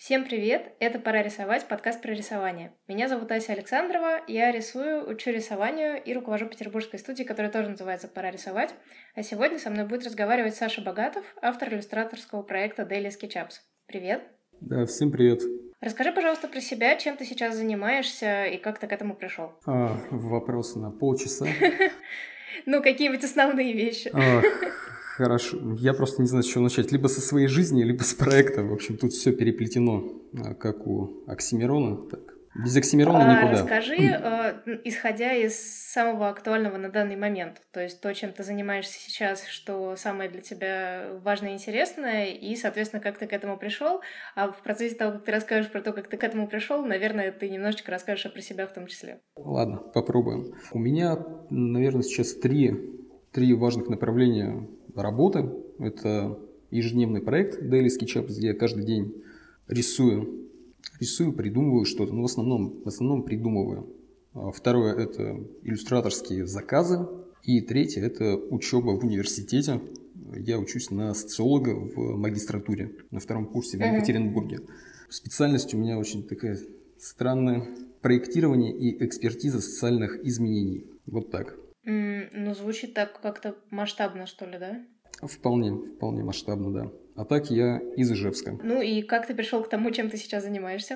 Всем привет! Это «Пора рисовать», подкаст про рисование. Меня зовут Ася Александрова, я рисую, учу рисованию и руковожу петербургской студией, которая тоже называется «Пора рисовать». А сегодня со мной будет разговаривать Саша Богатов, автор иллюстраторского проекта Daily SketchUps. Привет! Да, всем привет. Расскажи, пожалуйста, про себя, чем ты сейчас занимаешься и как ты к этому пришел. Вопрос на полчаса. Ну, какие-нибудь основные вещи. Хорошо. Я просто не знаю, с чего начать. Либо со своей жизни, либо с проекта. В общем, тут все переплетено, как у Оксимирона. Так. Без Оксимирона никуда. Расскажи, исходя из самого актуального на данный момент, то есть то, чем ты занимаешься сейчас, что самое для тебя важное и интересное, и, соответственно, как ты к этому пришел. А в процессе того, как ты расскажешь про то, как ты к этому пришел, наверное, ты немножечко расскажешь про себя в том числе. Ладно, попробуем. У меня, наверное, сейчас три важных направления работы. Это ежедневный проект Daily SketchUps, где я каждый день рисую, придумываю что-то, но в основном придумываю. Второе – это иллюстраторские заказы. И третье – это учеба в университете. Я учусь на социолога в магистратуре на втором курсе в Екатеринбурге. Специальность у меня очень такая странная – проектирование и экспертиза социальных изменений. Вот так. Ну, звучит так как-то масштабно, что ли, да? Вполне масштабно, да. А так я из Ижевска. Ну и как ты пришел к тому, чем ты сейчас занимаешься?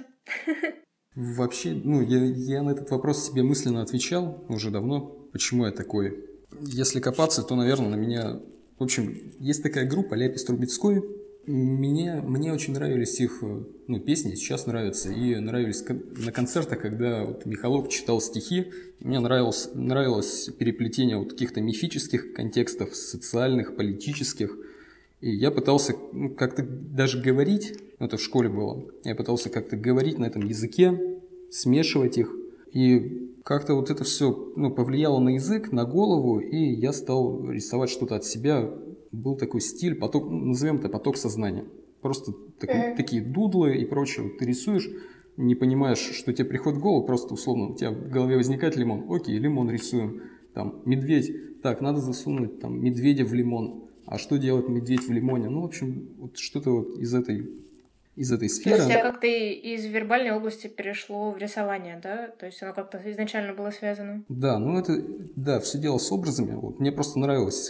Вообще, я на этот вопрос себе мысленно отвечал уже давно, почему я такой. Если копаться, то, наверное, на меня... В общем, есть такая группа Ляпис Трубецкой. Мне очень нравились их песни, сейчас нравятся. И нравились на концертах, когда Михалок читал стихи. Мне нравилось переплетение каких-то мифических контекстов, социальных, политических. И я пытался как-то даже говорить, это в школе было, я пытался как-то говорить на этом языке, смешивать их. И как-то это все повлияло на язык, на голову, и я стал рисовать что-то от себя. Был такой стиль, поток, назовем это поток сознания. Просто такие дудлы и прочее. Ты рисуешь, не понимаешь, что тебе приходит в голову, просто условно у тебя в голове возникает лимон. Окей, лимон рисуем. Там медведь. Так, надо засунуть медведя в лимон. А что делает медведь в лимоне? В общем, что-то из этой сферы. То есть, как-то из вербальной области перешло в рисование, да? То есть оно как-то изначально было связано? Да, все дело с образами. Мне просто нравилось,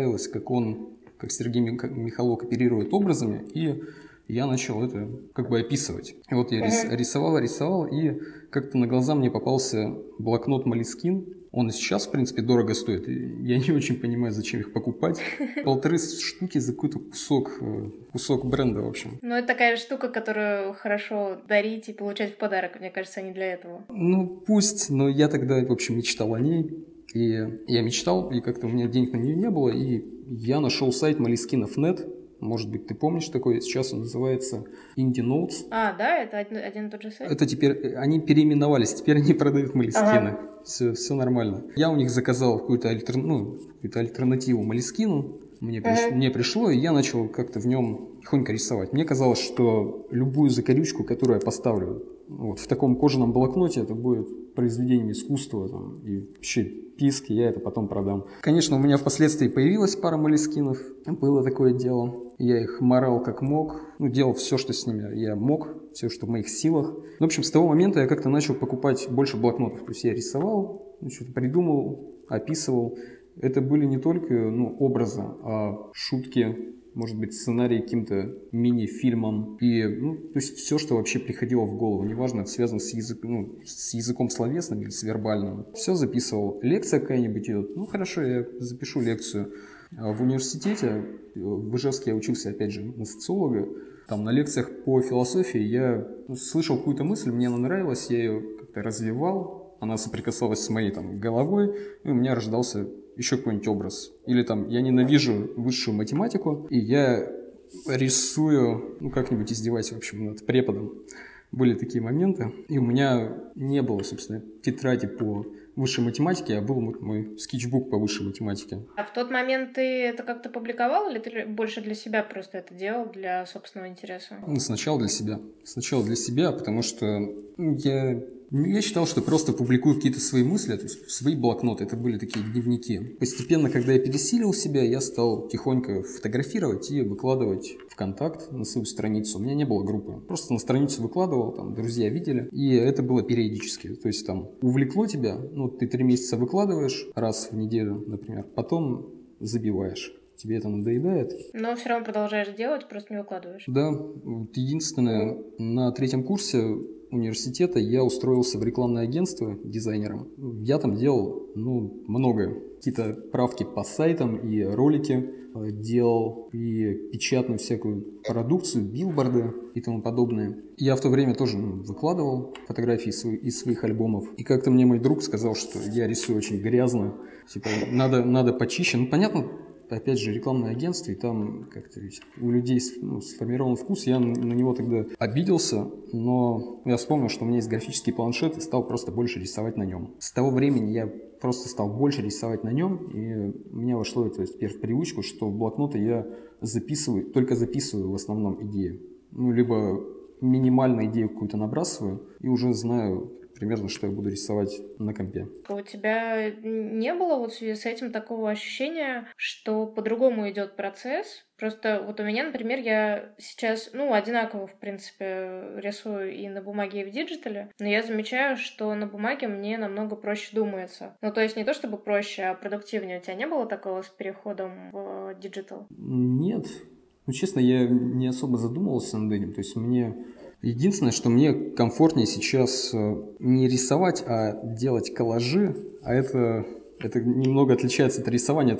как Сергей Михалок оперирует образами, и я начал это описывать. И я рисовал, и как-то на глаза мне попался блокнот Moleskine. Он и сейчас, в принципе, дорого стоит. Я не очень понимаю, зачем их покупать. 1,5 штуки за какой-то кусок бренда, в общем. Это такая штука, которую хорошо дарить и получать в подарок. Мне кажется, они для этого. Пусть, но я тогда, в общем, мечтал о ней. И я мечтал, и как-то у меня денег на нее не было. И я нашел сайт Moleskine.net. Может быть, ты помнишь такой? Сейчас он называется Indie Notes. Да? Это один и тот же сайт? Это теперь... Они переименовались. Теперь они продают Moleskine. Все нормально. Я у них заказал какую-то альтернативу Moleskine. Мне пришло, и я начал как-то в нем тихонько рисовать. Мне казалось, что любую закорючку, которую я поставлю в таком кожаном блокноте, это будет произведением искусства. И вообще писк, я это потом продам. Конечно, у меня впоследствии появилась пара Moleskine. Было такое дело. Я их морал как мог. Делал все, что с ними я мог. Все, что в моих силах. В общем, с того момента я как-то начал покупать больше блокнотов. То есть я рисовал, что-то придумывал, описывал. Это были не только образы, а шутки, может быть, сценарий каким-то мини-фильмом. И, то есть все, что вообще приходило в голову. Неважно, это связано с языком словесным или с вербальным. Все записывал. Лекция какая-нибудь идет. Хорошо, я запишу лекцию. В университете, в Ижевске я учился, опять же, на социолога. Там на лекциях по философии я слышал какую-то мысль, мне она нравилась, я ее как-то развивал. Она соприкасалась с моей головой, и у меня рождался еще какой-нибудь образ. Или я ненавижу высшую математику, и я рисую, как-нибудь издеваюсь, в общем, над преподом. Были такие моменты. И у меня не было, собственно, тетради по высшей математике, а был мой скетчбук по высшей математике. А в тот момент ты это как-то публиковал, или ты больше для себя просто это делал, для собственного интереса? Сначала для себя. Потому что я Ну, я считал, что просто публикую какие-то свои мысли, то есть свои блокноты, это были такие дневники. Постепенно, когда я пересилил себя, я стал тихонько фотографировать и выкладывать ВКонтакт на свою страницу. У меня не было группы, просто на страницу выкладывал, там друзья видели, и это было периодически. То есть там увлекло тебя, ну ты 3 месяца выкладываешь раз в неделю, например, потом забиваешь. Тебе это надоедает. Но все равно продолжаешь делать, просто не выкладываешь. Да, вот единственное, на 3-м курсе университета я устроился в рекламное агентство дизайнером. Я там делал, многое. Какие-то правки по сайтам и ролики делал, и печатную всякую продукцию, билборды и тому подобное. Я в то время тоже выкладывал фотографии из своих альбомов. И как-то мне мой друг сказал, что я рисую очень грязно. Типа, надо почище. Ну, понятно, опять же, рекламное агентство, и там как-то у людей сформирован вкус. Я на него тогда обиделся, но я вспомнил, что у меня есть графический планшет, и стал просто больше рисовать на нем. С того времени я просто стал больше рисовать на нем, и у меня вошло это теперь в привычку, что в блокноты я только записываю в основном идеи. Либо минимально идею какую-то набрасываю, и уже знаю примерно, что я буду рисовать на компе. У тебя не было вот в связи с этим такого ощущения, что по-другому идет процесс? Просто вот у меня, например, я сейчас, одинаково, в принципе, рисую и на бумаге, и в диджитале, но я замечаю, что на бумаге мне намного проще думается. То есть не то чтобы проще, а продуктивнее. У тебя не было такого с переходом в диджитал? Нет. Честно, я не особо задумывался над этим. То есть единственное, что мне комфортнее сейчас не рисовать, а делать коллажи, а это немного отличается от рисования.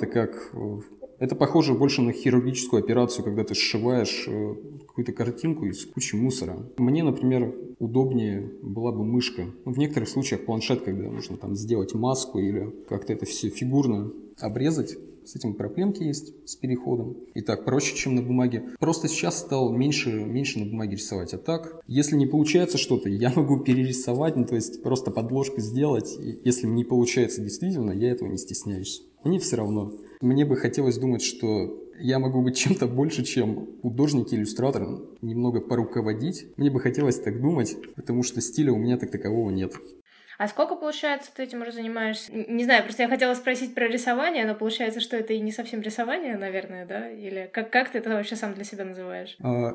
Это похоже больше на хирургическую операцию, когда ты сшиваешь какую-то картинку из кучи мусора. Мне, например, удобнее была бы мышка. В некоторых случаях планшет, когда нужно там сделать маску или как-то это все фигурно обрезать. С этим проблемки есть, с переходом. И так проще, чем на бумаге. Просто сейчас стал меньше на бумаге рисовать. А так, если не получается что-то, я могу перерисовать, то есть просто подложку сделать. И если не получается действительно, я этого не стесняюсь. Мне все равно. Мне бы хотелось думать, что я могу быть чем-то больше, чем художник и иллюстратор, немного поруководить. Мне бы хотелось так думать, потому что стиля у меня так такового нет. А сколько, получается, ты этим уже занимаешься? Не знаю, просто я хотела спросить про рисование, но получается, что это и не совсем рисование, наверное, да? Или как ты это вообще сам для себя называешь?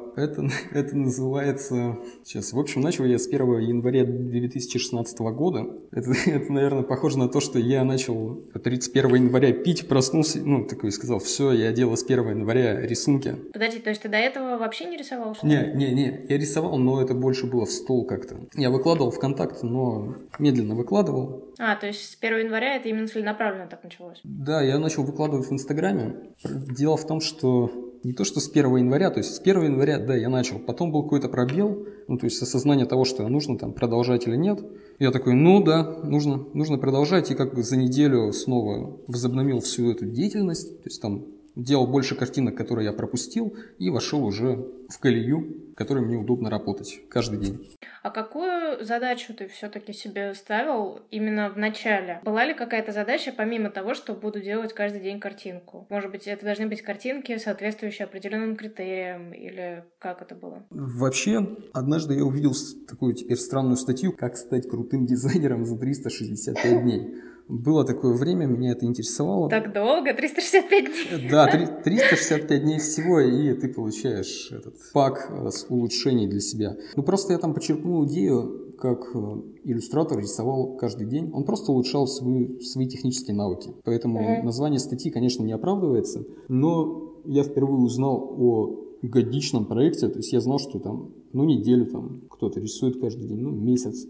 Это называется... Сейчас, в общем, начал я с 1 января 2016 года. Это, наверное, похоже на то, что я начал 31 января пить, проснулся, такой сказал, все, я делал с 1 января рисунки. Подожди, то есть ты до этого вообще не рисовал? Не, я рисовал, но это больше было в стол как-то. Я выкладывал ВКонтакте, но медленно выкладывал. То есть с 1 января это именно целенаправленно так началось? Да, я начал выкладывать в Инстаграме. Дело в том, что не то, что с 1 января, то есть с 1 января, да, я начал. Потом был какой-то пробел, то есть осознание того, что нужно там продолжать или нет. Я такой, нужно продолжать. И как бы за неделю снова возобновил всю эту деятельность. То есть там делал больше картинок, которые я пропустил, и вошел уже в колею, в которой мне удобно работать каждый день. А какую задачу ты все-таки себе ставил именно в начале? Была ли какая-то задача, помимо того, что буду делать каждый день картинку? Может быть, это должны быть картинки, соответствующие определенным критериям, или как это было? Вообще, однажды я увидел такую теперь странную статью «Как стать крутым дизайнером за 365 дней». Было такое время, меня это интересовало. Так долго? 365 дней? Да, 365 дней всего, и ты получаешь этот пак с улучшений для себя. Просто я там почерпнул идею, как иллюстратор рисовал каждый день. Он просто улучшал свои технические навыки. Поэтому название статьи, конечно, не оправдывается, но я впервые узнал о годичном проекте. То есть я знал, что там, неделю там кто-то рисует каждый день, месяц.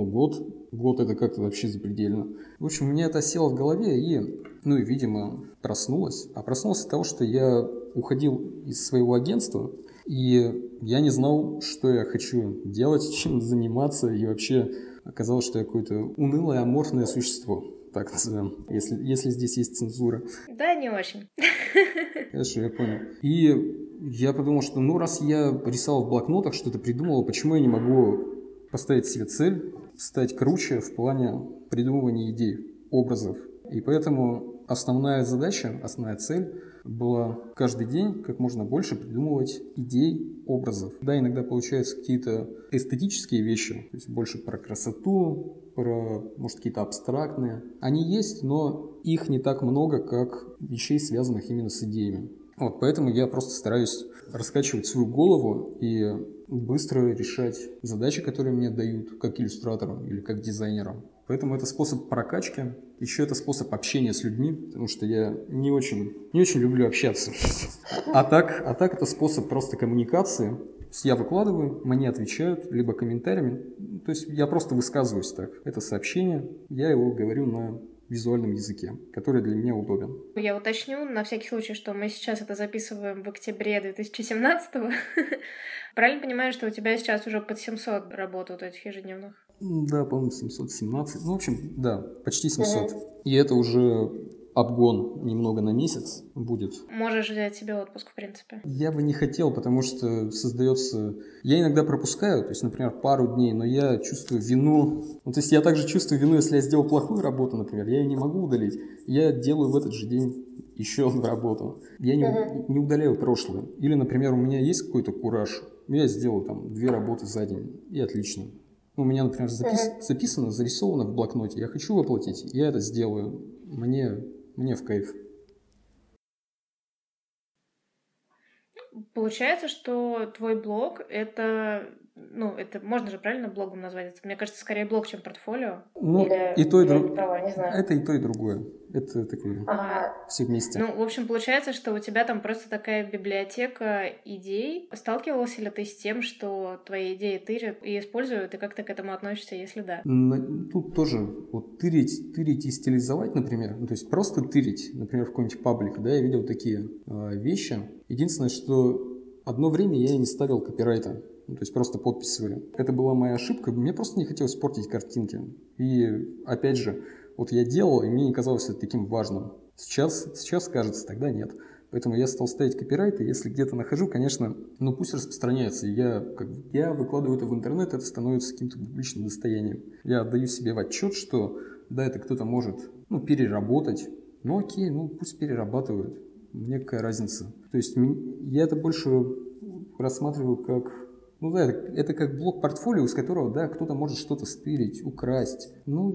Год это как-то вообще запредельно. В общем, у меня это село в голове и, видимо, проснулось. А проснулось от того, что я уходил из своего агентства, и я не знал, что я хочу делать, чем заниматься, и вообще оказалось, что я какое-то унылое, аморфное существо, так назовем, если здесь есть цензура. Да, не очень. Хорошо, я понял. И я подумал, что раз я рисовал в блокнотах, что-то придумал, почему я не могу поставить себе цель, стать круче в плане придумывания идей, образов. И поэтому основная задача, основная цель была каждый день как можно больше придумывать идей, образов. Да, иногда получаются какие-то эстетические вещи, то есть больше про красоту, про, может, какие-то абстрактные. Они есть, но их не так много, как вещей, связанных именно с идеями. Вот, поэтому я просто стараюсь раскачивать свою голову и быстро решать задачи, которые мне дают как иллюстратору или как дизайнеру. Поэтому это способ прокачки, еще это способ общения с людьми, потому что я не очень люблю общаться. А так это способ просто коммуникации. То есть я выкладываю, мне отвечают, либо комментариями. То есть я просто высказываюсь так. Это сообщение, я его говорю на визуальном языке, который для меня удобен. Я уточню на всякий случай, что мы сейчас это записываем в октябре 2017-го. Правильно понимаю, что у тебя сейчас уже под 700 работ вот этих ежедневных? Да, по-моему, 717. Ну, в общем, да, почти 700. И это уже обгон немного на месяц будет. Можешь взять себе отпуск, в принципе. Я бы не хотел, потому что создается... Я иногда пропускаю, то есть, например, пару дней, но я чувствую вину. Ну, то есть я также чувствую вину, если я сделал плохую работу, например, я ее не могу удалить. Я делаю в этот же день еще одну работу. Я не удаляю прошлое. Или, например, у меня есть какой-то кураж, я сделаю там 2 работы за день, и отлично. У меня, например, записано, зарисовано в блокноте. Я хочу воплотить, я это сделаю. Мне в кайф. Получается, что твой блог — это можно же правильно блогом назвать? Это, мне кажется, скорее блог, чем портфолио. Ну, или и то, и другое. Не знаю. Это и то, и другое. Это такое все вместе. Ну, в общем, получается, что у тебя там просто такая библиотека идей. Сталкивался ли ты с тем, что твои идеи тырят и используют, и как ты к этому относишься, если да? Тут тоже вот тырить и стилизовать, например, то есть просто тырить, например, в какой-нибудь паблик, да, я видел такие вещи. Единственное, что одно время я не ставил копирайта. То есть просто подписывали. Это была моя ошибка, мне просто не хотелось портить картинки. И опять же, вот я делал, и мне не казалось это таким важным. Сейчас кажется, тогда нет. Поэтому я стал ставить копирайты, если где-то нахожу, конечно, пусть распространяется. Я выкладываю это в интернет, это становится каким-то публичным достоянием. Я отдаю себе в отчет, что да, это кто-то может переработать. Окей, пусть перерабатывают. Мне какая разница. То есть я это больше рассматриваю как... это как блок-портфолио, из которого, да, кто-то может что-то стырить, украсть.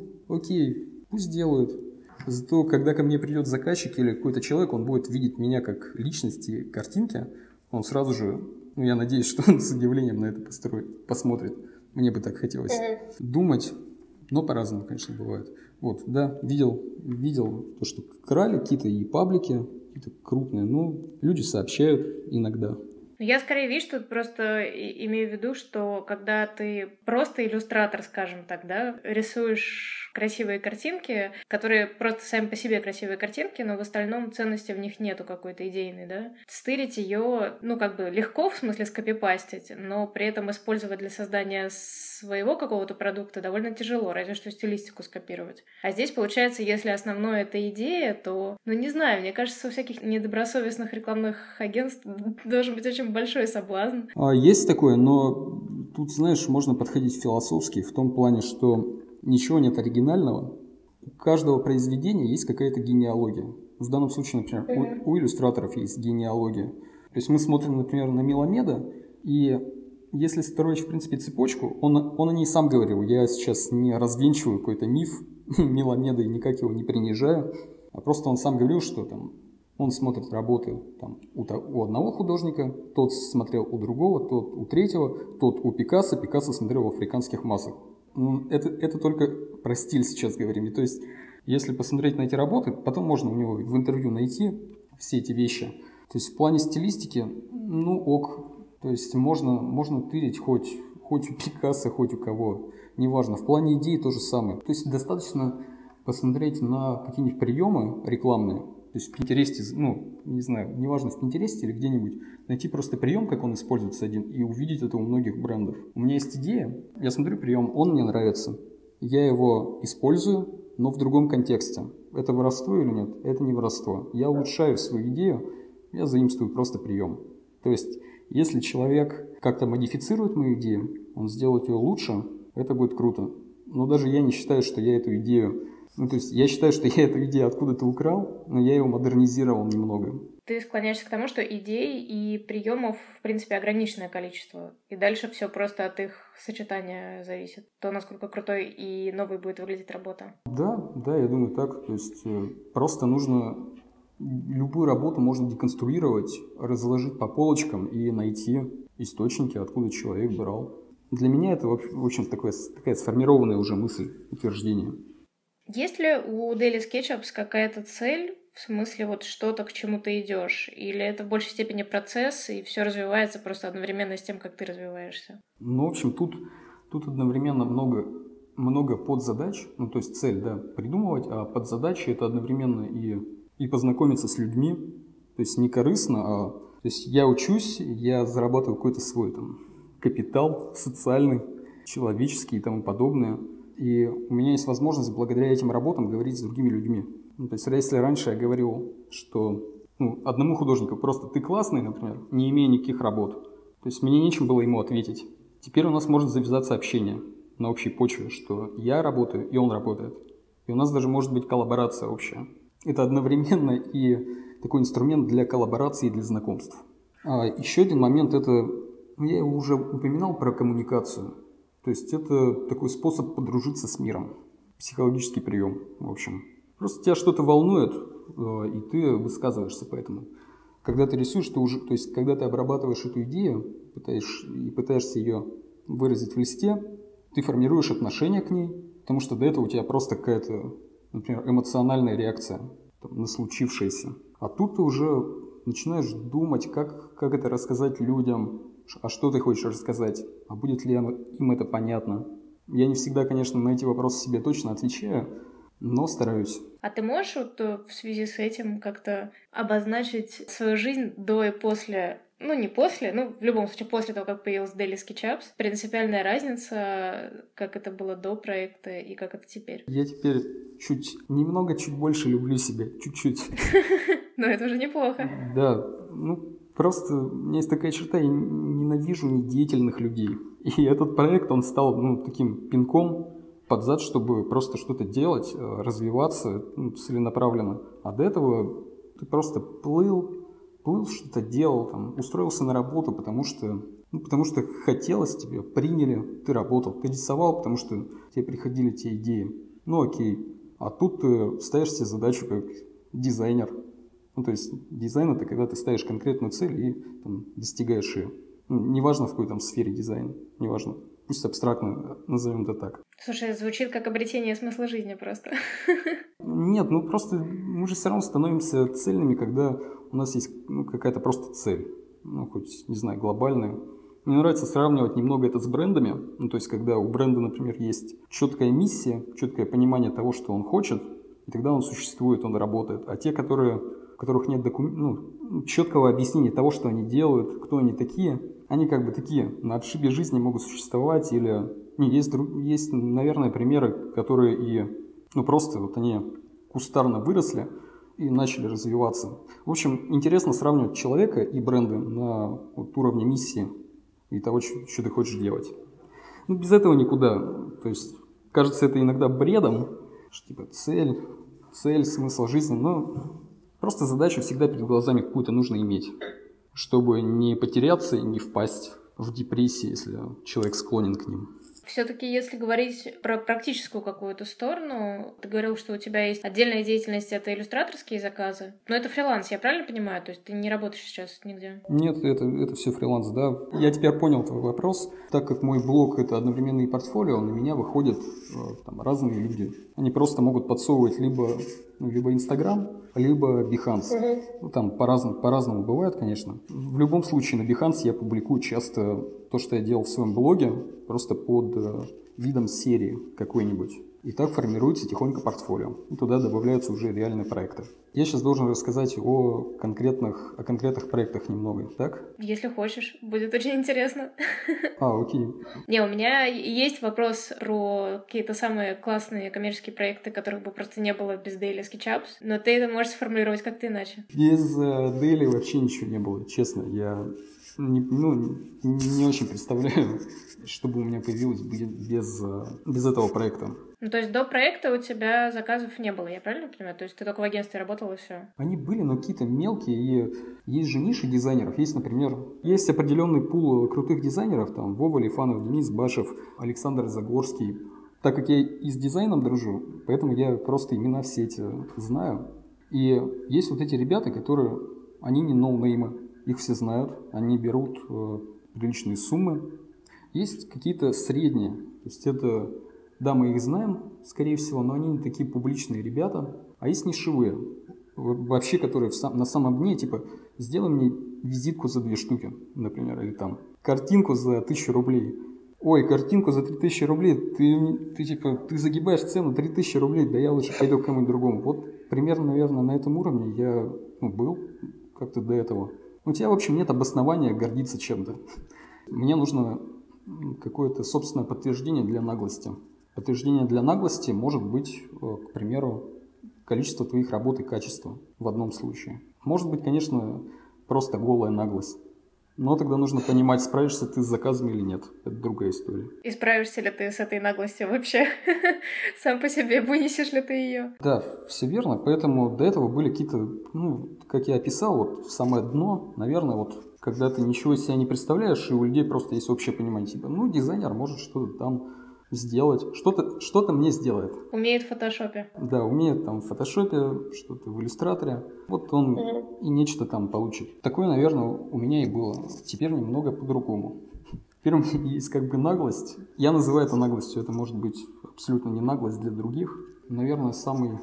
Окей, пусть делают. Зато, когда ко мне придет заказчик или какой-то человек, он будет видеть меня как личность и картинки, он сразу же, я надеюсь, что он с удивлением на это посмотрит. Мне бы так хотелось думать, но по-разному, конечно, бывает. Вот, да, видел то, что крали какие-то и паблики, какие-то крупные, люди сообщают иногда. Я скорее, видишь, тут просто имею в виду, что когда ты просто иллюстратор, скажем так, да, рисуешь красивые картинки, которые просто сами по себе красивые картинки, но в остальном ценности в них нету какой-то идейной, да. Стырить ее, легко, в смысле скопипастить, но при этом использовать для создания своего какого-то продукта довольно тяжело, разве что стилистику скопировать. А здесь, получается, если основное это идея, то, не знаю, мне кажется, у всяких недобросовестных рекламных агентств должен быть очень большой соблазн. Есть такое, но тут, знаешь, можно подходить философски в том плане, что ничего нет оригинального. У каждого произведения есть какая-то генеалогия. В данном случае, например, у иллюстраторов есть генеалогия. То есть мы смотрим, например, на Меламеда, и если строить, в принципе, цепочку, он о ней сам говорил. Я сейчас не развенчиваю какой-то миф Меламеда и никак его не принижаю, а просто он сам говорил, что он смотрит работы у одного художника, тот смотрел у другого, тот у третьего, тот у Пикассо смотрел в африканских массах. Это только про стиль сейчас говорим. То есть, если посмотреть на эти работы, потом можно у него в интервью найти все эти вещи. То есть, в плане стилистики, ок. То есть, можно тырить хоть у Пикассо, хоть у кого. Неважно. В плане идеи то же самое. То есть, достаточно посмотреть на какие-нибудь приемы рекламные. То есть в Пинтересте, не знаю, неважно, в Пинтересте или где-нибудь, найти просто прием, как он используется один, и увидеть это у многих брендов. У меня есть идея, я смотрю прием, он мне нравится, я его использую, но в другом контексте. Это воровство или нет? Это не воровство. Я улучшаю свою идею, я заимствую просто прием. То есть, если человек как-то модифицирует мою идею, он сделает ее лучше, это будет круто. Но даже я не считаю, что я эту идею Ну, то есть я считаю, что я эту идею откуда-то украл, но я его модернизировал немного. Ты склоняешься к тому, что идей и приемов, в принципе, ограниченное количество, и дальше все просто от их сочетания зависит. То, насколько крутой и новой будет выглядеть работа. Да, я думаю так. То есть просто нужно любую работу можно деконструировать, разложить по полочкам и найти источники, откуда человек брал. Для меня это, в общем, такая сформированная уже мысль, утверждение. Есть ли у Daily SketchUps какая-то цель, в смысле вот что-то, к чему ты идешь? Или это в большей степени процесс, и все развивается просто одновременно с тем, как ты развиваешься? Ну, в общем, тут одновременно много подзадач, ну, то есть цель, да, придумывать, а подзадачи это одновременно и познакомиться с людьми, то есть не корыстно, то есть я учусь, я зарабатываю какой-то свой там капитал социальный, человеческий и тому подобное, и у меня есть возможность благодаря этим работам говорить с другими людьми. Ну, то есть если раньше я говорил, что одному художнику просто ты классный, например, не имея никаких работ, то есть мне нечем было ему ответить. Теперь у нас может завязаться общение на общей почве, что я работаю, и он работает. И у нас даже может быть коллаборация общая. Это одновременно и такой инструмент для коллаборации и для знакомств. А еще один момент, это, я его уже упоминал про коммуникацию. То есть это такой способ подружиться с миром. Психологический прием, в общем. Просто тебя что-то волнует, и ты высказываешься по этому. Когда ты рисуешь, то есть когда ты обрабатываешь эту идею пытаешься ее выразить в листе, ты формируешь отношение к ней, потому что до этого у тебя просто какая-то, например, эмоциональная реакция на случившееся. А тут ты уже начинаешь думать, как это рассказать людям, а что ты хочешь рассказать, а будет ли им это понятно. Я не всегда, конечно, на эти вопросы себе точно отвечаю, но стараюсь. А ты можешь вот в связи с этим как-то обозначить свою жизнь до и после, не после, в любом случае после того, как появился Daily SketchUps, принципиальная разница, как это было до проекта и как это теперь? Я теперь чуть больше люблю себя, чуть-чуть. Но это уже неплохо. Да, просто у меня есть такая черта, я ненавижу недеятельных людей. И этот проект, он стал таким пинком под зад, чтобы просто что-то делать, развиваться целенаправленно. А до этого ты просто плыл, что-то делал, устроился на работу, потому что хотелось тебе, приняли, ты работал, ты рисовал, потому что тебе приходили те идеи. Окей. А тут ты ставишь себе задачу как дизайнер. То есть дизайн — это когда ты ставишь конкретную цель и достигаешь ее. Неважно, в какой сфере дизайна, неважно. Пусть абстрактно назовем это так. Слушай, звучит как обретение смысла жизни просто. Нет, просто мы же все равно становимся цельными, когда у нас есть какая-то просто цель. Хоть, не знаю, глобальная. Мне нравится сравнивать немного это с брендами. То есть, когда у бренда, например, есть четкая миссия, четкое понимание того, что он хочет, и тогда он существует, он работает. А те, у которых нет четкого объяснения того, что они делают, кто они такие, они такие на отшибе жизни могут существовать. Или есть, наверное, примеры, которые просто они кустарно выросли и начали развиваться. В общем, интересно сравнивать человека и бренды на уровне миссии и того, что ты хочешь делать. Без этого никуда. То есть, кажется это иногда бредом, что цель, смысл жизни, но просто задачу всегда перед глазами какую-то нужно иметь, чтобы не потеряться и не впасть в депрессии, если человек склонен к ним. Все-таки, если говорить про практическую какую-то сторону, ты говорил, что у тебя есть отдельная деятельность, это иллюстраторские заказы, но это фриланс, я правильно понимаю? То есть ты не работаешь сейчас нигде? Нет, это все фриланс, да. Я теперь понял твой вопрос. Так как мой блог — это одновременно и портфолио, на меня выходят разные люди. Они просто могут подсовывать либо Instagram, либо Behance. По-разному бывает, конечно. В любом случае на Behance я публикую часто то, что я делал в своем блоге, просто под видом серии какой-нибудь. И так формируется тихонько портфолио. И туда добавляются уже реальные проекты. Я сейчас должен рассказать о конкретных проектах немного, так? Если хочешь, будет очень интересно. Окей. Не, у меня есть вопрос про какие-то самые классные коммерческие проекты, которых бы просто не было без Daily SketchUps, но ты это можешь сформулировать как-то иначе. Без Daily вообще ничего не было, честно. не очень представляю, что бы у меня появилось без этого проекта. Ну, то есть до проекта у тебя заказов не было, я правильно понимаю? То есть ты только в агентстве работал и все? Они были, но какие-то мелкие, и есть же ниши дизайнеров. Есть, например, есть определенный пул крутых дизайнеров, там Вова Лифанов, Денис Башев, Александр Загорский. Так как я и с дизайном дружу, поэтому я просто имена все эти знаю. И есть вот эти ребята, которые, они не ноунеймы, их все знают, они берут приличные суммы. Есть какие-то средние, то есть это, да, мы их знаем, скорее всего, но они не такие публичные ребята, а есть нишевые, вообще, которые на самом дне, типа, сделай мне визитку за 2 штуки, например, или там картинку за 1000 рублей. Ой, картинку за 3000 рублей, ты загибаешь цену 3000 рублей, да я лучше пойду к кому-нибудь другому. Вот примерно, наверное, на этом уровне я был как-то до этого. У тебя, в общем, нет обоснования гордиться чем-то. Мне нужно какое-то собственное подтверждение для наглости. Подтверждение для наглости может быть, к примеру, количество твоих работ и качество в одном случае. Может быть, конечно, просто голая наглость. Но тогда нужно понимать, справишься ты с заказом или нет. Это другая история. И справишься ли ты с этой наглостью вообще? Сам по себе вынесешь ли ты ее? Да, все верно. Поэтому до этого были какие-то, как я описал, вот в самое дно, наверное, вот когда ты ничего из себя не представляешь, и у людей просто есть общее понимание, типа, дизайнер может что-то там сделать, что-то мне сделает. Умеет в фотошопе. Да, умеет там в фотошопе, что-то в иллюстраторе. Вот он и нечто там получит. Такое, наверное, у меня и было. Теперь немного по-другому. Теперь у меня есть как бы наглость. Я называю это наглостью. Это может быть абсолютно не наглость для других. Наверное, самый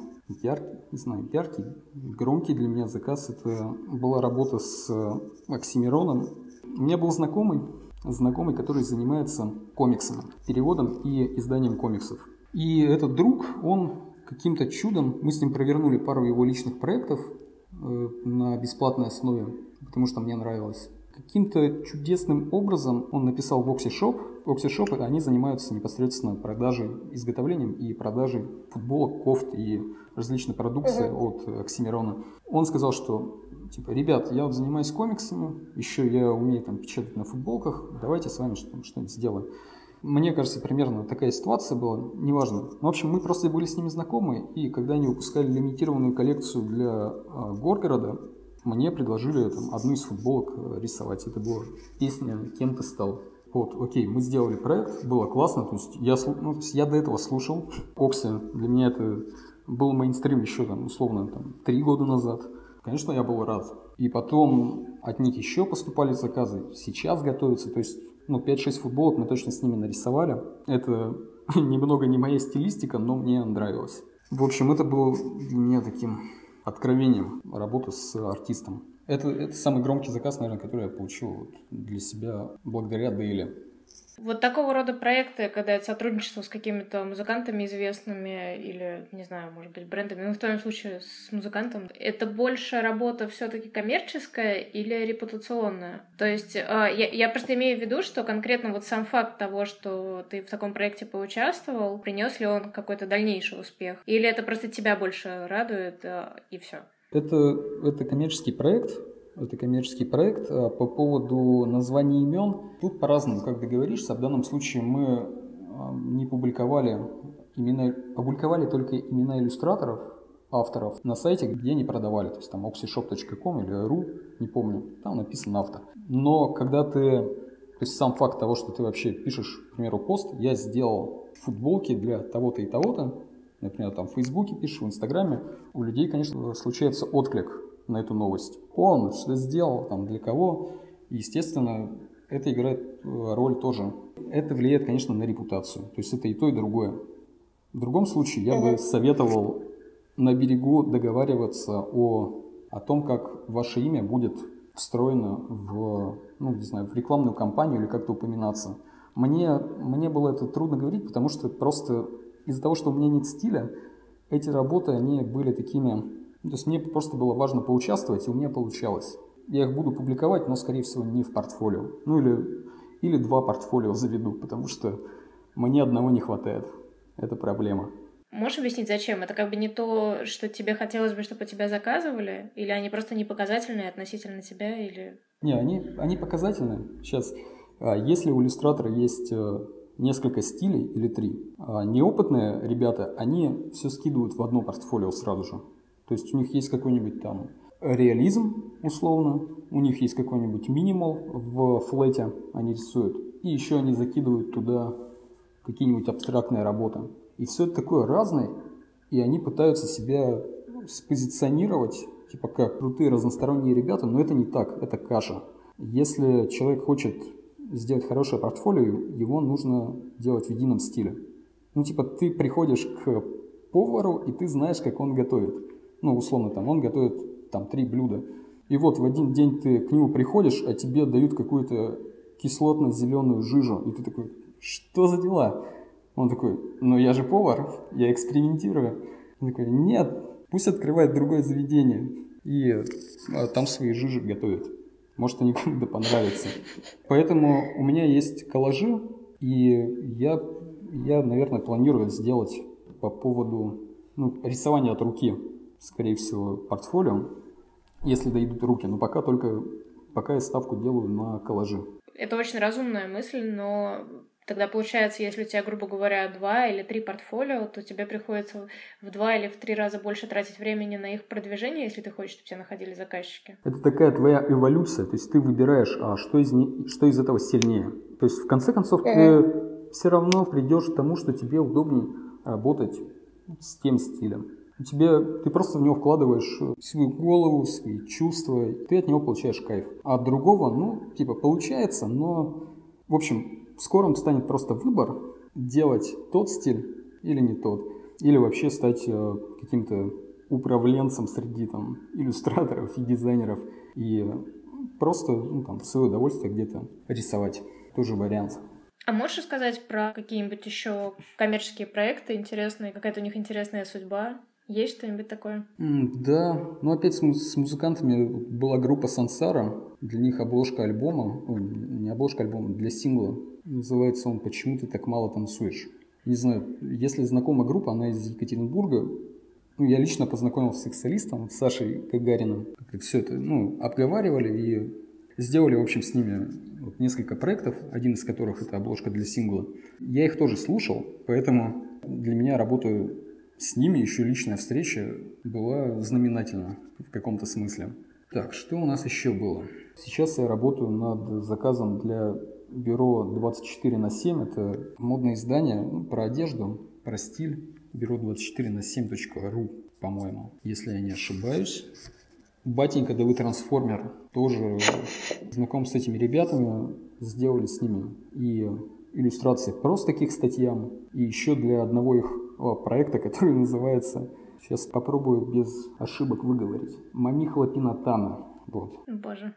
яркий, громкий для меня заказ — это была работа с Оксимироном. У меня был знакомый, который занимается комиксами, переводом и изданием комиксов. И этот друг, он каким-то чудом, мы с ним провернули пару его личных проектов на бесплатной основе, потому что мне нравилось. Каким-то чудесным образом он написал в Оксишоп, они занимаются непосредственно продажей, изготовлением и продажей футболок, кофт и различной продукции от Оксимирона. Он сказал, что типа, ребят, я вот занимаюсь комиксами, еще я умею там печатать на футболках, давайте с вами что-нибудь сделаем. Мне кажется, примерно такая ситуация была, неважно. В общем, мы просто были с ними знакомы, и когда они выпускали лимитированную коллекцию для Горгорода, мне предложили там одну из футболок рисовать. Это была песня «Кем ты стал?». Вот, окей, мы сделали проект, было классно, то есть я до этого слушал Окси, для меня это был мейнстрим еще там, условно, 3 года назад. Конечно, я был рад. И потом от них еще поступали заказы, сейчас готовятся, то есть 5-6 футболок мы точно с ними нарисовали. Это немного не моя стилистика, но мне нравилось. В общем, это было для меня таким откровением работы с артистом. Это самый громкий заказ, наверное, который я получил для себя благодаря Дейли. Вот такого рода проекты, когда это сотрудничество с какими-то музыкантами известными или, не знаю, может быть, брендами, но в твоем случае с музыкантом, это больше работа все-таки коммерческая или репутационная? То есть я просто имею в виду, что конкретно вот сам факт того, что ты в таком проекте поучаствовал, принес ли он какой-то дальнейший успех? Или это просто тебя больше радует и все? Это коммерческий проект. Это коммерческий проект. По поводу названий имен, тут по-разному, как договоришься. В данном случае мы не публиковали имена, опубликовали только имена иллюстраторов, авторов на сайте, где они продавали. То есть там oxyshop.com или ru, не помню, там написано автор. Но когда то есть сам факт того, что ты вообще пишешь, к примеру, пост, я сделал футболки для того-то и того-то, например, там в Фейсбуке пишешь, в Инстаграме, у людей, конечно, случается отклик на эту новость. Он что сделал, там, для кого. И, естественно, это играет роль тоже. Это влияет, конечно, на репутацию. То есть это и то, и другое. В другом случае я бы советовал на берегу договариваться о том, как ваше имя будет встроено в рекламную кампанию или как-то упоминаться. Мне было это трудно говорить, потому что просто из-за того, что у меня нет стиля, эти работы, они были такими... То есть мне просто было важно поучаствовать, и у меня получалось. Я их буду публиковать, но, скорее всего, не в портфолио. Или 2 портфолио заведу, потому что мне одного не хватает. Это проблема. Можешь объяснить, зачем? Это как бы не то, что тебе хотелось бы, чтобы тебя заказывали? Или они просто не показательные относительно тебя? Или... Не, они показательны. Сейчас, если у иллюстратора есть несколько стилей или 3, неопытные ребята, они все скидывают в одно портфолио сразу же. То есть у них есть какой-нибудь там реализм, условно, у них есть какой-нибудь минимал в флете, они рисуют, и еще они закидывают туда какие-нибудь абстрактные работы. И все это такое разное, и они пытаются себя спозиционировать, типа как крутые разносторонние ребята, но это не так, это каша. Если человек хочет сделать хорошее портфолио, его нужно делать в едином стиле. Ну, типа, ты приходишь к повару, и ты знаешь, как он готовит. Ну, условно, там, он готовит там 3 блюда. И вот в один день ты к нему приходишь, а тебе дают какую-то кислотно-зеленую жижу. И ты такой, что за дела? Он такой, ну я же повар, я экспериментирую. Он такой, нет, пусть открывает другое заведение. И там свои жижи готовит. Может, они кому-то понравятся. Поэтому у меня есть коллажи, и я, наверное, планирую сделать по поводу рисования от руки, скорее всего, портфолио, если дойдут руки. Но пока я ставку делаю на коллажи. Это очень разумная мысль, но тогда получается, если у тебя, грубо говоря, 2 или 3 портфолио, то тебе приходится в 2 или в 3 раза больше тратить времени на их продвижение, если ты хочешь, чтобы тебя находили заказчики. Это такая твоя эволюция, то есть ты выбираешь, что из этого сильнее. То есть в конце концов ты все равно придешь к тому, что тебе удобнее работать с тем стилем. Ты просто в него вкладываешь свою голову, свои чувства, ты от него получаешь кайф. А от другого, получается, но, в общем, в скором станет просто выбор делать тот стиль или не тот. Или вообще стать каким-то управленцем среди там иллюстраторов и дизайнеров и просто в свое удовольствие где-то рисовать. Тоже вариант. А можешь сказать про какие-нибудь еще коммерческие проекты интересные, какая-то у них интересная судьба? Есть что-нибудь такое? Да, опять с музыкантами была группа Сансара, для них обложка альбома, не обложка альбома, для сингла. Называется он «Почему ты так мало танцуешь?». Не знаю, если знакома группа, она из Екатеринбурга. Я лично познакомился с их солистом, с Сашей Гагариным. Все это обговаривали и сделали, в общем, с ними несколько проектов, один из которых это обложка для сингла. Я их тоже слушал, поэтому для меня работа с ними, еще личная встреча, была знаменательна в каком-то смысле. Так, что у нас еще было? Сейчас я работаю над заказом для бюро 24/7. Это модное издание про одежду, про стиль. Бюро 24/7.ru, по-моему, если я не ошибаюсь. Батенька ДВ Трансформер тоже знаком с этими ребятами. Сделали с ними и иллюстрации просто к их статьям, и еще для одного их проекта, который называется, сейчас попробую без ошибок выговорить, Мамихла Пинатана. Вот. Боже.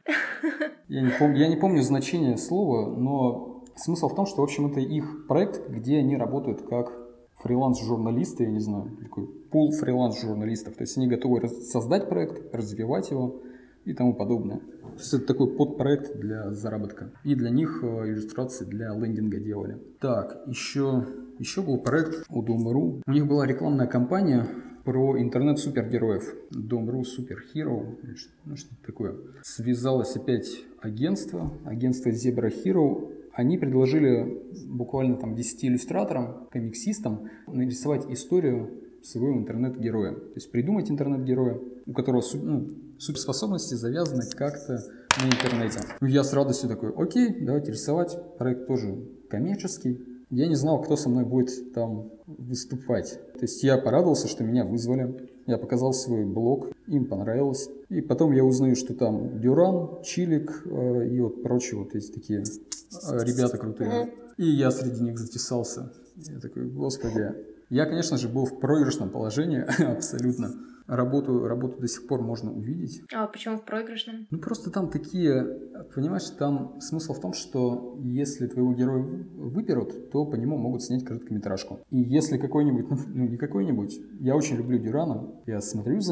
Я не помню значение слова, но смысл в том, что, в общем, это их проект, где они работают как фриланс-журналисты, я не знаю, такой пул фриланс-журналистов. То есть они готовы создать проект, развивать его и тому подобное. То есть это такой подпроект для заработка. И для них иллюстрации для лендинга делали. Так, еще был проект у Dom.ru. У них была рекламная кампания про интернет-супергероев. Dom.ru Super Hero, что-то такое. Связалось опять агентство Zebra Hero. Они предложили буквально 10 иллюстраторам, комиксистам нарисовать историю своего интернет-героя. То есть придумать интернет-героя, у которого суперспособности завязаны как-то на интернете. Я с радостью такой, окей, давайте рисовать. Проект тоже коммерческий. Я не знал, кто со мной будет там выступать. То есть я порадовался, что меня вызвали. Я показал свой блог, им понравилось. И потом я узнаю, что там Дюран, Чилик и прочие есть такие ребята крутые. И я среди них затесался. Я такой, господи. Я, конечно же, был в проигрышном положении, абсолютно. Работу до сих пор можно увидеть. А почему в проигрышном? Просто там такие, понимаешь, там смысл в том, что если твоего героя выберут, то по нему могут снять короткометражку. И если какой-нибудь, не какой-нибудь, я очень люблю Дюрана, я смотрю за ним,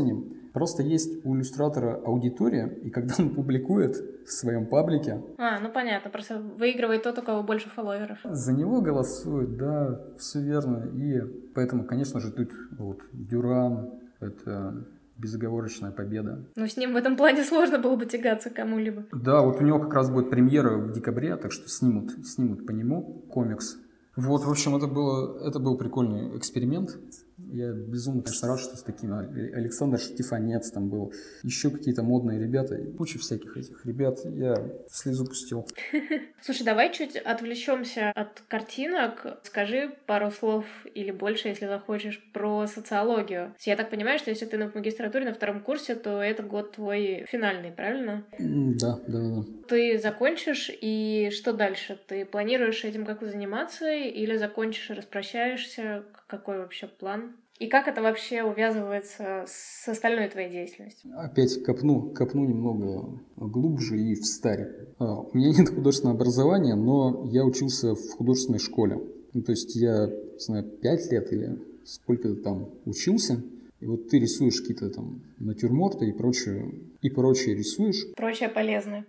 Просто есть у иллюстратора аудитория, и когда он публикует в своем паблике... Ну понятно, просто выигрывает тот, у кого больше фолловеров. За него голосуют, да, все верно. И поэтому, конечно же, тут вот Дюран, это безоговорочная победа. С ним в этом плане сложно было бы тягаться кому-либо. Да, вот у него как раз будет премьера в декабре, так что снимут по нему комикс. Вот, в общем, это был прикольный эксперимент. Я безумно, конечно, рад, что с таким Александр Штефанец там был, еще какие-то модные ребята, куча всяких этих ребят. Я слезу пустил. Слушай, давай чуть отвлечемся от картинок. Скажи пару слов или больше, если захочешь, про социологию. Я так понимаю, что если ты в магистратуре на 2-м курсе, то это год твой финальный, правильно? Да. Ты закончишь, и что дальше? Ты планируешь этим как-то заниматься, или закончишь и распрощаешься? Какой вообще план? И как это вообще увязывается с остальной твоей деятельностью? Опять копну немного глубже и встарь. У меня нет художественного образования, но я учился в художественной школе. То есть я, не знаю, 5 лет или сколько-то там учился. И вот ты рисуешь какие-то там натюрморты и прочее рисуешь. Прочее полезное.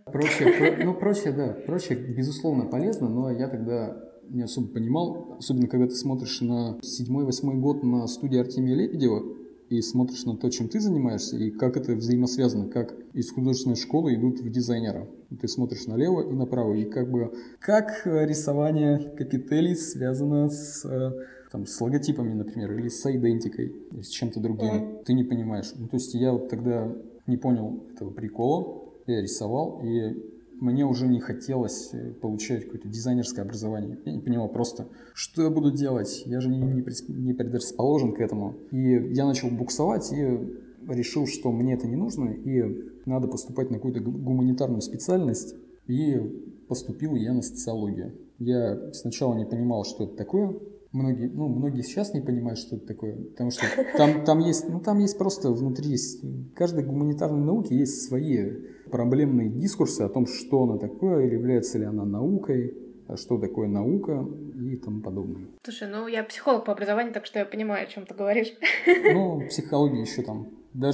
Прочее, безусловно, полезно, но я тогда не особо понимал, особенно когда ты смотришь на 7-8 год на студии Артемия Лебедева и смотришь на то, чем ты занимаешься, и как это взаимосвязано, как из художественной школы идут в дизайнера. Ты смотришь налево и направо, и как рисование капителей связано с логотипами, например, или с идентикой, или с чем-то другим. Ты не понимаешь. То есть я вот тогда не понял этого прикола, я рисовал, и мне уже не хотелось получать какое-то дизайнерское образование. Я не понимал просто, что я буду делать. Я же не предрасположен к этому. И я начал буксовать и решил, что мне это не нужно, и надо поступать на какую-то гуманитарную специальность. И поступил я на социологию. Я сначала не понимал, что это такое. Многие сейчас не понимают, что это такое, потому что там есть просто внутри каждой гуманитарной науки есть свои проблемные дискурсы о том, что она такое, является ли она наукой, а что такое наука и тому подобное. Слушай, я психолог по образованию, так что я понимаю, о чем ты говоришь. Психология еще там.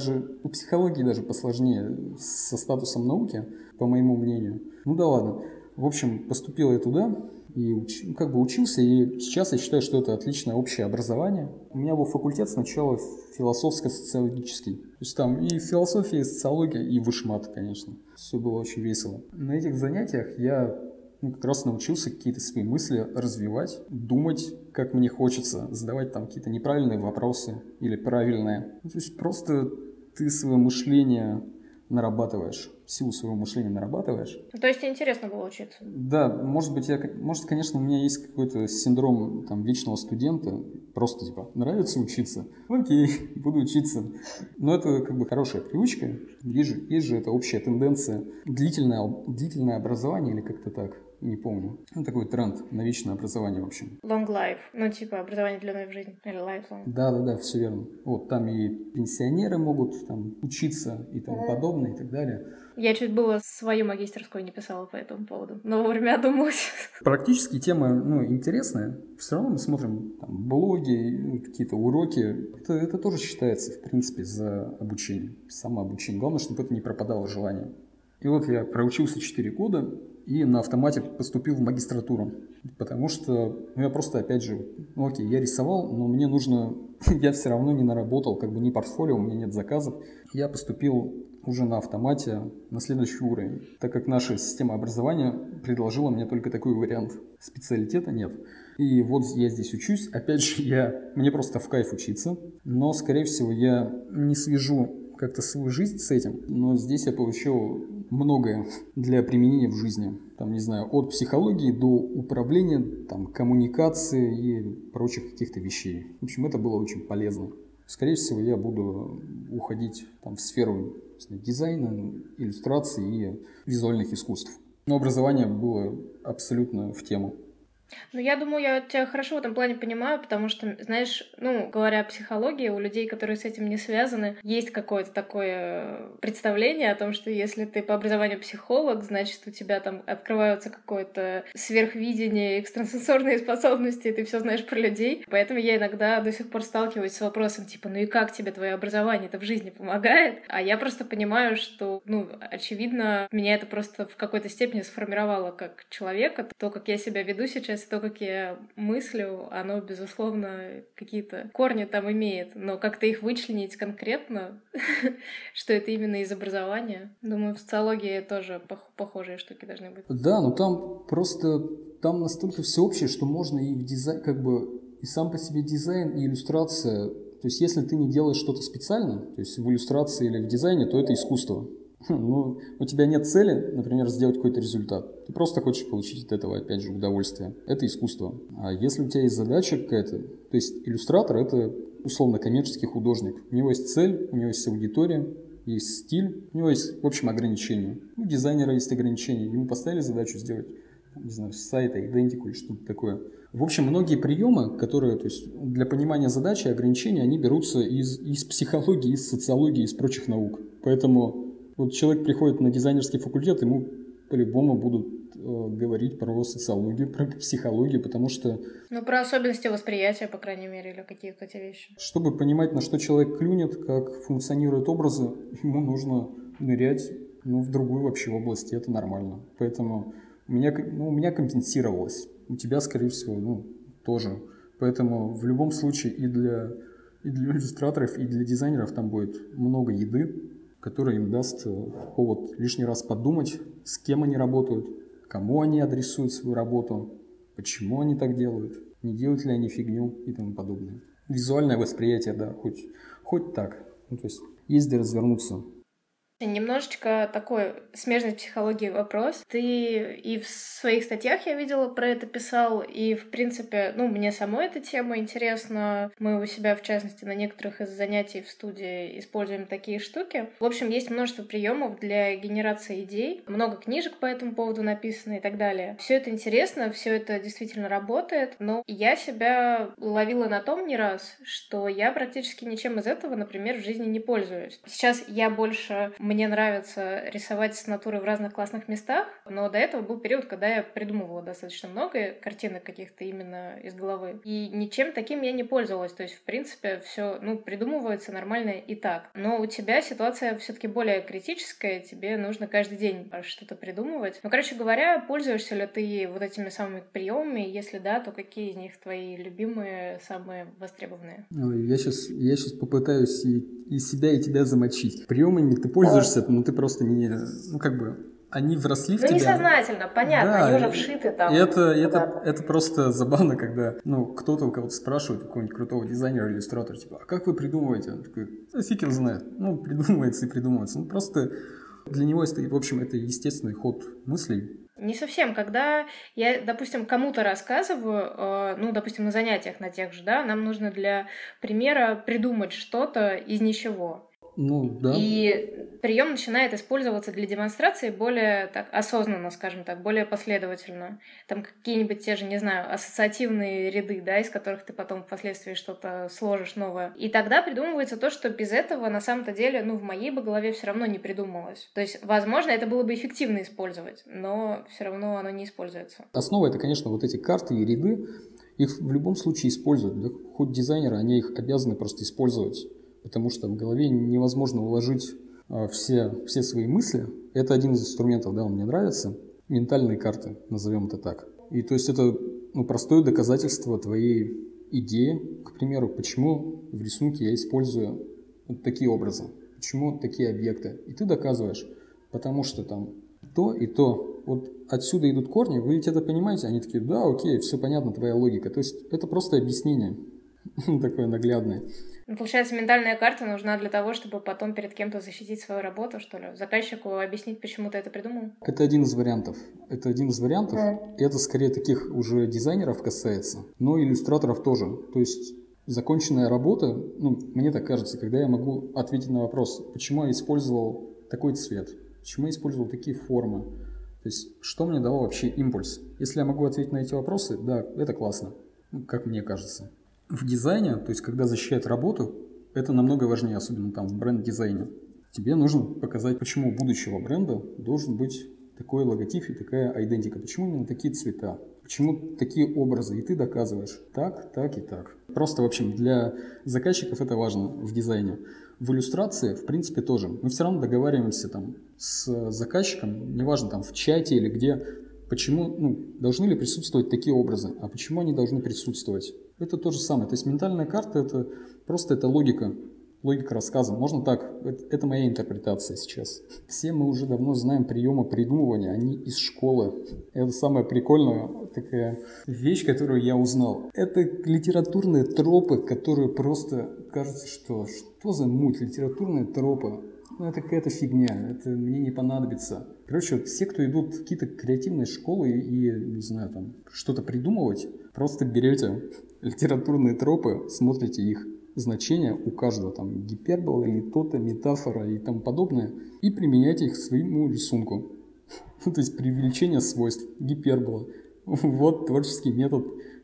У психологии даже посложнее со статусом науки, по моему мнению. Да ладно. В общем, поступил я туда и учился, и сейчас я считаю, что это отличное общее образование. У меня был факультет сначала философско-социологический. То есть там и философия, и социология, и вышмат, конечно. Все было очень весело. На этих занятиях я как раз научился какие-то свои мысли развивать, думать, как мне хочется, задавать там какие-то неправильные вопросы или правильные. То есть просто ты свое мышление нарабатываешь, силу своего мышления нарабатываешь. То есть тебе интересно было учиться? Да, может, конечно, у меня есть какой-то синдром вечного студента, просто нравится учиться, окей, буду учиться. Но это хорошая привычка, есть же это общая тенденция, длительное образование или как-то так. Не помню. Такой тренд на вечное образование, в общем. Long life. Образование длиной в жизнь. Или lifelong. Да, все верно. Вот, там и пенсионеры могут учиться и тому подобное, и так далее. Я чуть было свою магистерскую не писала по этому поводу, но вовремя одумалась. Практически тема, интересная. Все равно мы смотрим блоги, какие-то уроки. Это тоже считается, в принципе, за обучение, самообучение. Главное, чтобы это не пропадало желание. И вот я проучился 4 года и на автомате поступил в магистратуру. Потому что, я просто, опять же, окей, я рисовал, но мне нужно, я все равно не наработал, ни портфолио, у меня нет заказов. Я поступил уже на автомате на следующий уровень, так как наша система образования предложила мне только такой вариант. Специалитета нет. И вот я здесь учусь. Опять же, мне просто в кайф учиться, но, скорее всего, я не свяжу как-то свою жизнь с этим, но здесь я получил многое для применения в жизни. От психологии до управления, коммуникации и прочих каких-то вещей. В общем, это было очень полезно. Скорее всего, я буду уходить в сферу дизайна, иллюстрации и визуальных искусств. Но образование было абсолютно в тему. Ну, я думаю, я тебя хорошо в этом плане понимаю, потому что, знаешь, ну, говоря о психологии, у людей, которые с этим не связаны, есть какое-то такое представление о том, что если ты по образованию психолог, значит, у тебя там открываются какое-то сверхвидение, экстрасенсорные способности, и ты все знаешь про людей. Поэтому я иногда до сих пор сталкиваюсь с вопросом, типа, ну и как тебе твое образование-то в жизни помогает? А я просто понимаю, что, ну, очевидно, меня это просто в какой-то степени сформировало как человека. То, как я себя веду сейчас, то, как я мыслю, оно, безусловно, какие-то корни там имеет. Но как-то их вычленить конкретно, что это именно из образования, думаю, в социологии тоже похожие штуки должны быть. Да, но там просто, там настолько всеобщее, что можно и в дизайн, как бы, и сам по себе дизайн, и иллюстрация. То есть, если ты не делаешь что-то специально, то есть в иллюстрации или в дизайне, то это искусство. Ну, у тебя нет цели, например, сделать какой-то результат. Ты просто хочешь получить от этого, опять же, удовольствие. Это искусство. А если у тебя есть задача какая-то, то есть иллюстратор – это условно коммерческий художник. У него есть цель, у него есть аудитория, есть стиль, у него есть, в общем, ограничения. У дизайнера есть ограничения. Ему поставили задачу сделать, не знаю, с сайта, идентику или что-то такое. В общем, многие приемы, которые, то есть, для понимания задачи, ограничения, они берутся из психологии, из социологии, из прочих наук. Поэтому вот человек приходит на дизайнерский факультет, ему по-любому будут говорить про социологию, про психологию, потому что... Ну, про особенности восприятия, по крайней мере, или какие-то эти вещи. Чтобы понимать, на что человек клюнет, как функционируют образы, ему нужно нырять, ну, в другую вообще область, и это нормально. Поэтому у меня компенсировалось. У тебя, скорее всего, ну, тоже. Поэтому в любом случае и для иллюстраторов, и для дизайнеров там будет много еды, который им даст повод лишний раз подумать, с кем они работают, кому они адресуют свою работу, почему они так делают, не делают ли они фигню и тому подобное. Визуальное восприятие, да, хоть так. Ну, то есть есть где развернуться. Немножечко такой смежный психологии вопрос. Ты и в своих статьях, я видела, про это писал, и, в принципе, ну, мне самой эта тема интересна. Мы у себя, в частности, на некоторых из занятий в студии используем такие штуки. В общем, есть множество приемов для генерации идей, много книжек по этому поводу написано и так далее. Все это интересно, все это действительно работает, но я себя ловила на том не раз, что я практически ничем из этого, например, в жизни не пользуюсь. Сейчас я больше... Мне нравится рисовать с натуры в разных классных местах, но до этого был период, когда я придумывала достаточно много картинок каких-то именно из головы. И ничем таким я не пользовалась. То есть, в принципе, все, ну, придумывается нормально и так. Но у тебя ситуация все-таки более критическая, тебе нужно каждый день что-то придумывать. Ну, короче говоря, пользуешься ли ты вот этими самыми приемами? Если да, то какие из них твои любимые, самые востребованные? Я сейчас попытаюсь и себя, и тебя замочить. Приемами ты пользуешься, но ты просто не... Ну, как бы... Они вросли в тебя. Ну, несознательно, понятно, да, они уже вшиты там. Это просто забавно, когда, ну, кто-то у кого-то спрашивает, какого-нибудь крутого дизайнера или иллюстратора, типа, а как вы придумываете? Он такой, фиг его знает. Ну, придумывается и придумывается. Ну, просто для него, в общем, это естественный ход мыслей. Не совсем. Когда я, допустим, кому-то рассказываю, ну, допустим, на занятиях на тех же, да, нам нужно для примера придумать что-то из ничего. Ну, да. И прием начинает использоваться для демонстрации более так осознанно, скажем так, более последовательно. Там какие-нибудь те же, не знаю, ассоциативные ряды, да, из которых ты потом впоследствии что-то сложишь новое. И тогда придумывается то, что без этого на самом-то деле, ну, в моей бы голове все равно не придумалось. То есть, возможно, это было бы эффективно использовать, но все равно оно не используется. Основа — это, конечно, вот эти карты и ряды. Их в любом случае используют. Да? Хоть дизайнеры, они их обязаны просто использовать. Потому что в голове невозможно уложить все свои мысли. Это один из инструментов, да, он мне нравится. Ментальные карты, назовем это так. И то есть это, ну, простое доказательство твоей идеи, к примеру, почему в рисунке я использую вот такие образы, почему такие объекты. И ты доказываешь, потому что там то и то. Вот отсюда идут корни, вы ведь это понимаете? Они такие, да, окей, все понятно, твоя логика. То есть это просто объяснение такое наглядное. Получается, ментальная карта нужна для того, чтобы потом перед кем-то защитить свою работу, что ли? Заказчику объяснить, почему ты это придумал? Это один из вариантов. Это скорее таких уже дизайнеров касается, но иллюстраторов тоже. То есть законченная работа, ну, мне так кажется, когда я могу ответить на вопрос, почему я использовал такой цвет, почему я использовал такие формы. То есть, что мне дало вообще импульс? Если я могу ответить на эти вопросы, да, это классно, как мне кажется. В дизайне, то есть, когда защищают работу, это намного важнее, особенно там в бренд-дизайне. Тебе нужно показать, почему у будущего бренда должен быть такой логотип и такая идентика, почему именно такие цвета, почему такие образы, и ты доказываешь так, так и так. Просто, в общем, для заказчиков это важно в дизайне. В иллюстрации, в принципе, тоже. Мы все равно договариваемся там с заказчиком, неважно, там в чате или где, почему, должны ли присутствовать такие образы, а почему они должны присутствовать. Это то же самое. То есть ментальная карта это просто логика рассказа. Можно так, это моя интерпретация сейчас. Все мы уже давно знаем приемы придумывания, они из школы. Это самая прикольная такая вещь, которую я узнал. Это литературные тропы, которые просто кажется, что за муть, литературные тропы. Это какая-то фигня, это мне не понадобится. Короче, все, кто идут в какие-то креативные школы и, не знаю, там, что-то придумывать, просто берете литературные тропы, смотрите их значения у каждого, там, гипербола или то-то, метафора и тому подобное, и применяйте их к своему рисунку. То есть преувеличение свойств, гипербола. Вот творческий метод,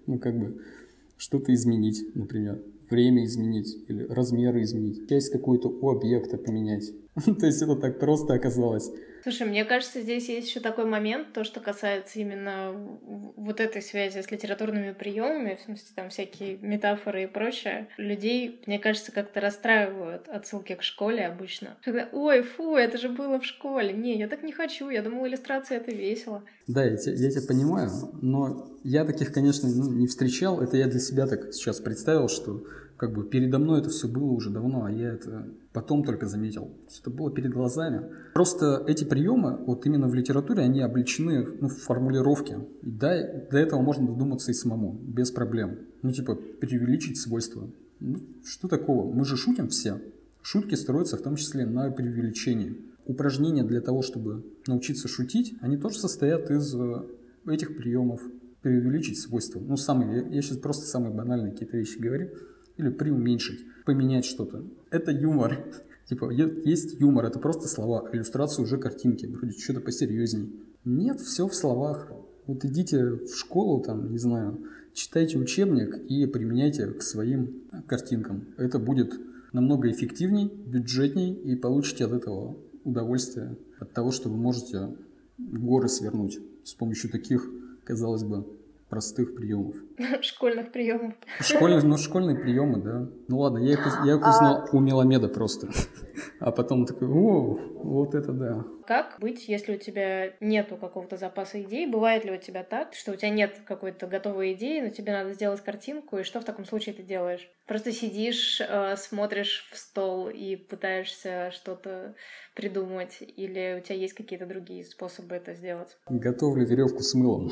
что-то изменить, например. Время изменить или размеры изменить, часть какую-то у объекта поменять. То есть это так просто оказалось. Слушай, мне кажется, здесь есть еще такой момент, то, что касается именно вот этой связи с литературными приемами, в смысле там всякие метафоры и прочее. Людей, мне кажется, как-то расстраивают отсылки к школе обычно. Когда, ой, фу, это же было в школе. Не, я так не хочу, я думала, иллюстрация — это весело. Да, я тебя понимаю, но я таких, конечно, не встречал. Это я для себя так сейчас представил, что передо мной это все было уже давно, а я это потом только заметил. Это было перед глазами. Просто эти приемы, вот именно в литературе, они облечены в формулировке. И до этого можно додуматься и самому, без проблем. Преувеличить свойства. Что такого? Мы же шутим все. Шутки строятся в том числе на преувеличении. Упражнения для того, чтобы научиться шутить, они тоже состоят из этих приемов. Преувеличить свойства. Я сейчас просто самые банальные какие-то вещи говорю. Или преуменьшить, поменять что-то. Это юмор. Есть юмор, это просто слова. Иллюстрация уже картинки, вроде что-то посерьезней. Нет, все в словах. Вот идите в школу, там, не знаю, читайте учебник и применяйте к своим картинкам. Это будет намного эффективней, бюджетней, и получите от этого удовольствие, от того, что вы можете горы свернуть с помощью таких, казалось бы, простых приемов. Школьных приемов. Школьные приемы, да. Ладно, я их узнал у Меламеда просто. А потом такой, вот это да. Как быть, если у тебя нету какого-то запаса идей? Бывает ли у тебя так, что у тебя нет какой-то готовой идеи, но тебе надо сделать картинку, и что в таком случае ты делаешь? Просто сидишь, смотришь в стол и пытаешься что-то придумать, или у тебя есть какие-то другие способы это сделать? Готовлю веревку с мылом.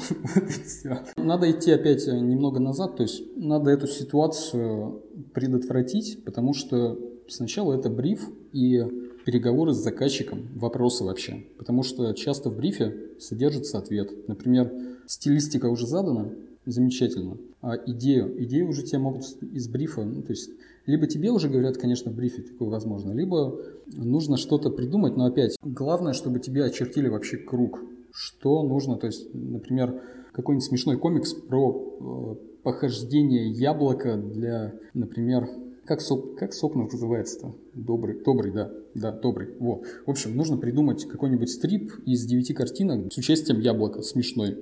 Надо идти опять немного назад, то есть надо эту ситуацию предотвратить, потому что сначала это бриф и переговоры с заказчиком, вопросы вообще. Потому что часто в брифе содержится ответ. Например, стилистика уже задана, замечательно, а идею уже тебе могут из брифа, то есть либо тебе уже говорят, конечно, в брифе такое возможно, либо нужно что-то придумать, но опять, главное, чтобы тебе очертили вообще круг, что нужно, то есть, например, какой-нибудь смешной комикс про похождение яблока для, например, как сок называется-то? Добрый, да, добрый. Вот. В общем, нужно придумать какой-нибудь стрип из 9 картинок с участием яблока смешной.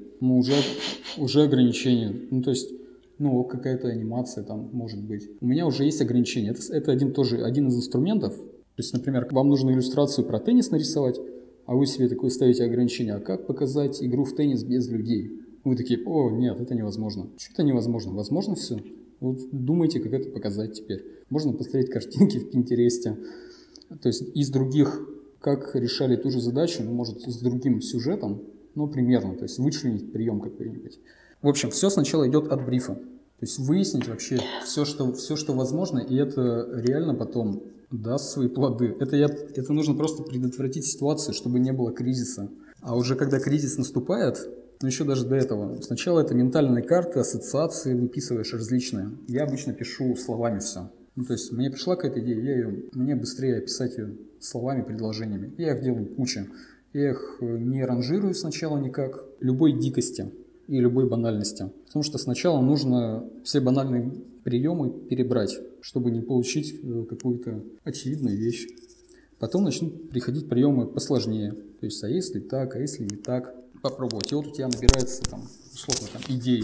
Уже ограничение. То есть, какая-то анимация там может быть. У меня уже есть ограничения. Это один из инструментов. То есть, например, вам нужно иллюстрацию про теннис нарисовать, а вы себе такое ставите ограничение. А как показать игру в теннис без людей? Вы такие, нет, это невозможно. Что-то невозможно. Возможно все. Вот думайте, как это показать теперь. Можно посмотреть картинки в Пинтересте. То есть из других, как решали ту же задачу, может, с другим сюжетом, примерно. То есть вычленить прием какой-нибудь. В общем, все сначала идет от брифа. То есть выяснить вообще все, что возможно, и это реально потом даст свои плоды. Это нужно просто предотвратить ситуацию, чтобы не было кризиса. А уже когда кризис наступает, еще даже до этого. Сначала это ментальные карты, ассоциации, выписываешь различные. Я обычно пишу словами все. То есть мне пришла какая-то идея, мне быстрее описать ее словами, предложениями. Я их делаю кучу. Я их не ранжирую сначала никак, любой дикости и любой банальности. Потому что сначала нужно все банальные приемы перебрать, чтобы не получить какую-то очевидную вещь. Потом начнут приходить приемы посложнее. То есть, а если так, а если не так, попробовать. И вот у тебя набирается там, условно, идей,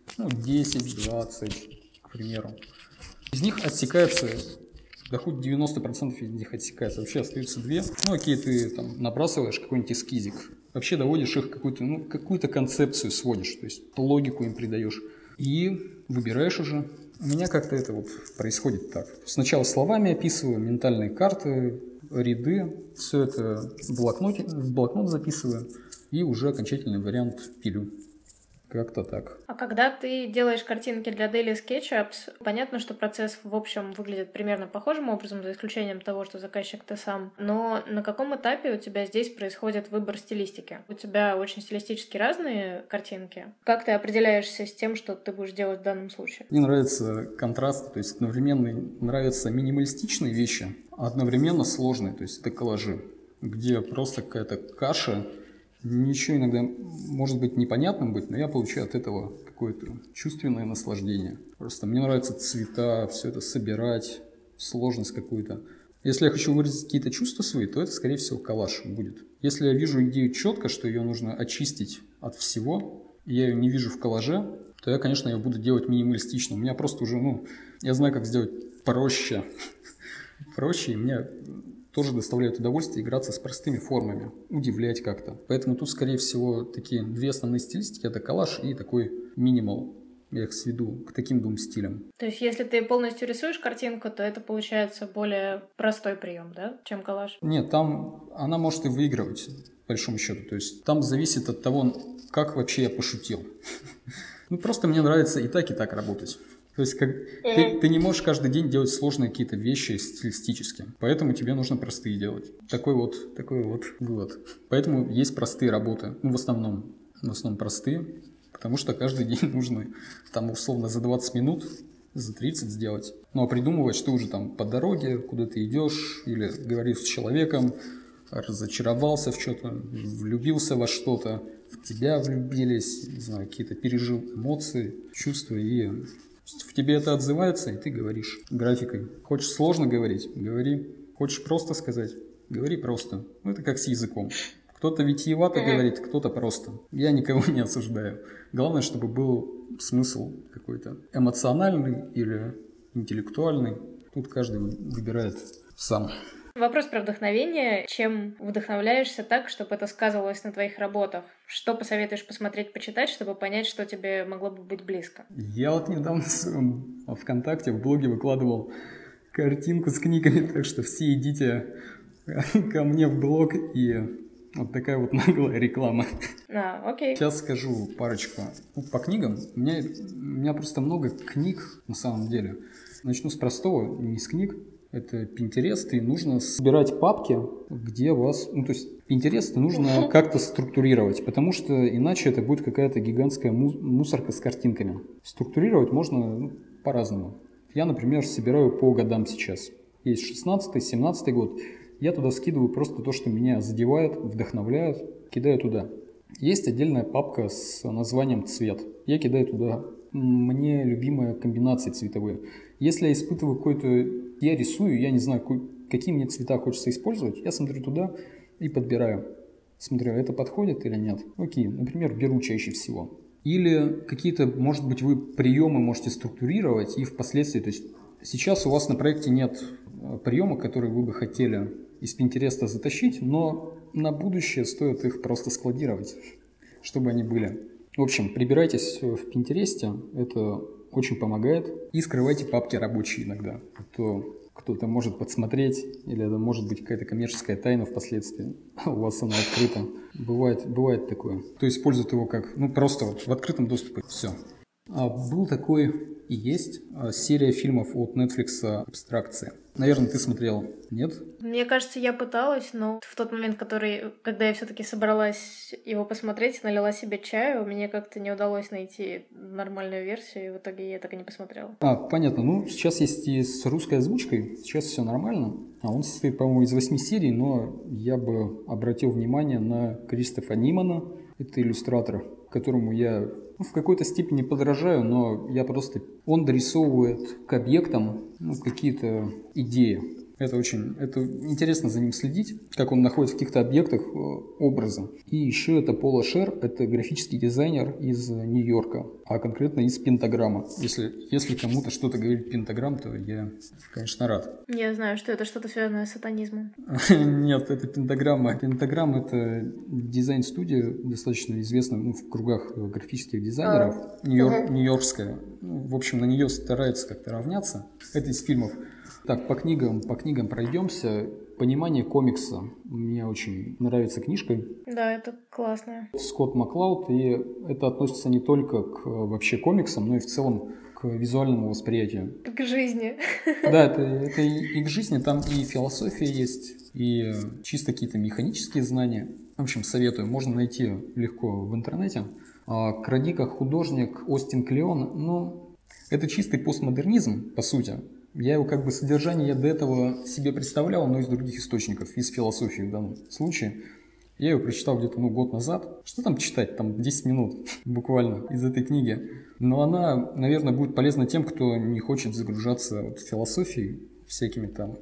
10-20, к примеру. Из них отсекается, да хоть 90% из них отсекается. Вообще остаются 2. Окей, ты там набрасываешь какой-нибудь эскизик. Вообще доводишь их какую-то концепцию сводишь, то есть логику им придаешь. И выбираешь уже. У меня как-то это вот происходит так. Сначала словами описываю, ментальные карты, ряды, все это в блокнот записываю и уже окончательный вариант пилю. Как-то так. А когда ты делаешь картинки для Daily SketchUps, понятно, что процесс в общем выглядит примерно похожим образом, за исключением того, что заказчик ты сам. Но на каком этапе у тебя здесь происходит выбор стилистики? У тебя очень стилистически разные картинки. Как ты определяешься с тем, что ты будешь делать в данном случае? Мне нравится контраст, то есть одновременно нравятся минималистичные вещи, а одновременно сложные, то есть это коллажи, где просто какая-то каша. Ничего иногда может быть непонятным быть, но я получаю от этого какое-то чувственное наслаждение. Просто мне нравятся цвета, все это собирать, сложность какую-то. Если я хочу выразить какие-то чувства свои, то это, скорее всего, коллаж будет. Если я вижу идею четко, что ее нужно очистить от всего, и я ее не вижу в коллаже, то я, конечно, ее буду делать минималистично. У меня просто уже, я знаю, как сделать проще. Проще, и мне тоже доставляет удовольствие играться с простыми формами, удивлять как-то. Поэтому тут, скорее всего, такие 2 основные стилистики – это коллаж и такой минимал. Я их сведу к таким 2 стилям. То есть, если ты полностью рисуешь картинку, то это получается более простой прием, да, чем коллаж? Нет, там она может и выигрывать, по большому счету. То есть, там зависит от того, как вообще я пошутил. Просто мне нравится и так работать. То есть ты не можешь каждый день делать сложные какие-то вещи стилистически. Поэтому тебе нужно простые делать. Такой вот вывод. Поэтому есть простые работы. В основном простые. Потому что каждый день нужно там условно за 20 минут, за 30 сделать. А придумывать, что уже там по дороге, куда ты идешь, или говоришь с человеком, разочаровался в что-то, влюбился во что-то, в тебя влюбились, не знаю, какие-то пережил эмоции, чувства и... В тебе это отзывается, и ты говоришь графикой. Хочешь сложно говорить? Говори. Хочешь просто сказать? Говори просто. Это как с языком. Кто-то витиевато говорит, кто-то просто. Я никого не осуждаю. Главное, чтобы был смысл какой-то эмоциональный или интеллектуальный. Тут каждый выбирает сам. Вопрос про вдохновение. Чем вдохновляешься так, чтобы это сказывалось на твоих работах? Что посоветуешь посмотреть, почитать, чтобы понять, что тебе могло бы быть близко? Я недавно в своем ВКонтакте в блоге выкладывал картинку с книгами, так что все идите ко мне в блог, и вот такая вот наглая реклама. Окей. Сейчас скажу парочку. По книгам. У меня просто много книг на самом деле. Начну с простого, не с книг. Это Pinterest, и нужно собирать папки, где вас... то есть Pinterest нужно как-то структурировать, потому что иначе это будет какая-то гигантская мусорка с картинками. Структурировать можно по-разному. Я, например, собираю по годам сейчас. Есть 16-й, 17-й год. Я туда скидываю просто то, что меня задевает, вдохновляет, кидаю туда. Есть отдельная папка с названием «Цвет». Я кидаю туда мне любимые комбинации цветовые. Если я испытываю какой-то... Я рисую, я не знаю, какие мне цвета хочется использовать, я смотрю туда и подбираю. Смотрю, это подходит или нет. Окей, например, беру чаще всего. Или какие-то, может быть, вы приемы можете структурировать и впоследствии... То есть сейчас у вас на проекте нет приема, которые вы бы хотели из Pinterest затащить, но на будущее стоит их просто складировать, чтобы они были. В общем, прибирайтесь в Pinterest, это очень помогает. И скрывайте папки рабочие иногда, а то кто-то может подсмотреть, или это может быть какая-то коммерческая тайна впоследствии. У вас она открыта. Бывает такое. То есть используют его как, просто в открытом доступе. Все. Был такой и есть серия фильмов от Netflix «Абстракция». Наверное, ты смотрел, нет? Мне кажется, я пыталась, но в тот момент, когда я все-таки собралась его посмотреть, налила себе чаю, мне как-то не удалось найти нормальную версию, и в итоге я так и не посмотрела. Понятно. Ну, сейчас есть и с русской озвучкой, сейчас все нормально. Он состоит, по-моему, из 8 серий, но я бы обратил внимание на Кристофа Нимана, это иллюстратор, которому я в какой-то степени подражаю, но он дорисовывает к объектам какие-то идеи. Это интересно за ним следить, как он находит в каких-то объектах образы. И еще это Пола Шер, это графический дизайнер из Нью-Йорка, а конкретно из Пентаграмма. Если кому-то что-то говорит Пентаграмм, то я, конечно, рад. Я знаю, что это что-то связанное с сатанизмом. Нет, это Пентаграмма. Пентаграмма — это дизайн-студия, достаточно известная в кругах графических дизайнеров, нью-йоркская. В общем, на нее старается как-то равняться. Это из фильмов. Так, по книгам пройдемся. «Понимание комикса». Мне очень нравится книжка. Да, это классно. Скотт Маклауд, и это относится не только к вообще комиксам, но и в целом к визуальному восприятию. К жизни. Да, это и к жизни, там и философия есть, и чисто какие-то механические знания. В общем, советую, можно найти легко в интернете. Крадика художник Остин Клеон, это чистый постмодернизм, по сути. Я его содержание до этого себе представлял, но из других источников, из философии в данном случае. Я ее прочитал где-то год назад. Что там читать? Там 10 минут буквально из этой книги. Но она, наверное, будет полезна тем, кто не хочет загружаться в философией всякими там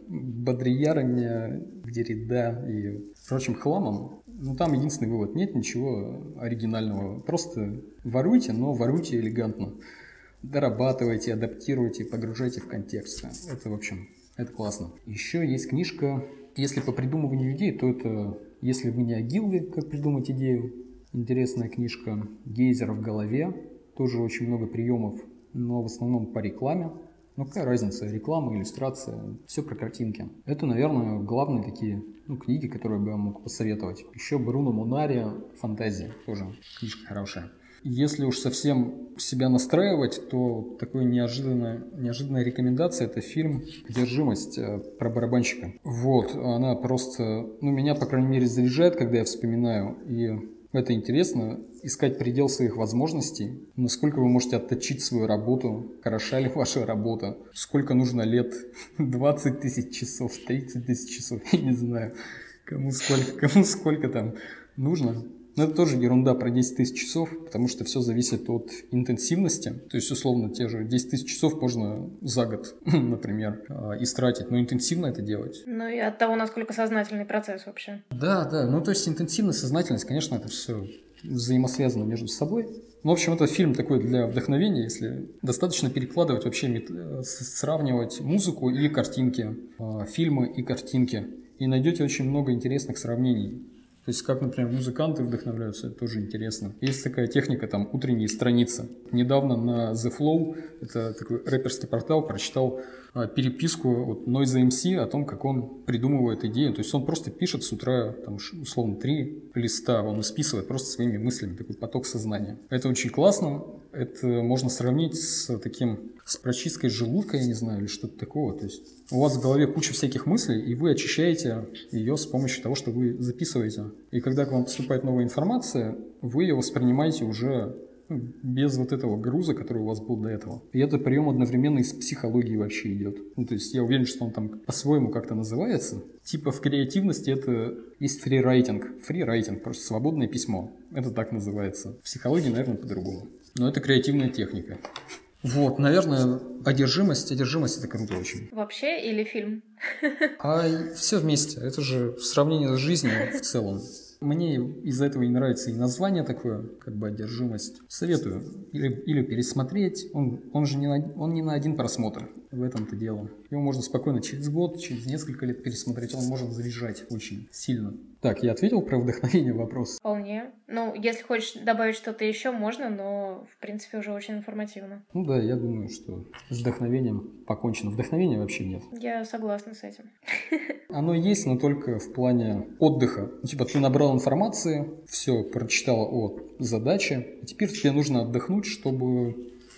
бодриями, Деррида и прочим хламом. Там единственный вывод: нет ничего оригинального. Просто воруйте, но воруйте элегантно. Дорабатывайте, адаптируйте, погружайте в контекст. Это, в общем, это классно. Еще есть книжка, если по придумыванию идей, то это «Если вы не Агилве, как придумать идею». Интересная книжка. «Гейзер в голове». Тоже очень много приемов, но в основном по рекламе. Какая разница? Реклама, иллюстрация, все про картинки. Это, наверное, главные такие книги, которые бы я мог посоветовать. Еще Бруно Мунари «Фантазия». Тоже книжка хорошая. Если уж совсем себя настраивать, то такой неожиданная рекомендация — это фильм «Одержимость» про барабанщика. Она просто, меня, по крайней мере, заряжает, когда я вспоминаю, и это интересно, искать предел своих возможностей, насколько вы можете отточить свою работу, хороша ли ваша работа, сколько нужно лет, 20 тысяч часов, 30 тысяч часов, я не знаю, кому сколько там нужно. Но это тоже ерунда про 10 тысяч часов, потому что все зависит от интенсивности. То есть, условно, те же 10 тысяч часов можно за год, например, истратить, но интенсивно это делать. И от того, насколько сознательный процесс вообще. Да, то есть интенсивность, сознательность, конечно, это все взаимосвязано между собой. В общем, это фильм такой для вдохновения, если достаточно перекладывать вообще, сравнивать музыку и картинки, фильмы и картинки, и найдете очень много интересных сравнений. То есть, как, например, музыканты вдохновляются, это тоже интересно. Есть такая техника, утренние страницы. Недавно на The Flow, это такой рэперский портал, прочитал переписку Noise MC о том, как он придумывает идеи. То есть, он просто пишет с утра, условно, 3 листа, он исписывает просто своими мыслями, такой поток сознания. Это очень классно. Это можно сравнить с прочисткой желудка, я не знаю, или что-то такого. То есть, у вас в голове куча всяких мыслей, и вы очищаете ее с помощью того, что вы записываете. И когда к вам поступает новая информация, вы ее воспринимаете уже без этого груза, который у вас был до этого. И этот прием одновременно из психологии вообще идет. То есть я уверен, что он там по-своему как-то называется. Типа в креативности это есть фрирайтинг. Фрирайтинг, просто свободное письмо. Это так называется. В психологии, наверное, по-другому. Но это креативная техника. Наверное, одержимость это круто очень. Вообще или фильм? Все вместе. Это же в сравнении с жизнью в целом. Мне из-за этого и нравится и название такое, одержимость. Советую или пересмотреть. Он не на один просмотр. В этом-то дело. Его можно спокойно через год, через несколько лет пересмотреть. Он может завизжать очень сильно. Так, я ответил про вдохновение вопрос? Вполне. Если хочешь добавить что-то еще, можно, но, в принципе, уже очень информативно. Да, я думаю, что с вдохновением покончено. Вдохновения вообще нет. Я согласна с этим. Оно есть, но только в плане отдыха. Ты набрал информации, все, прочитал о задаче, и теперь тебе нужно отдохнуть, чтобы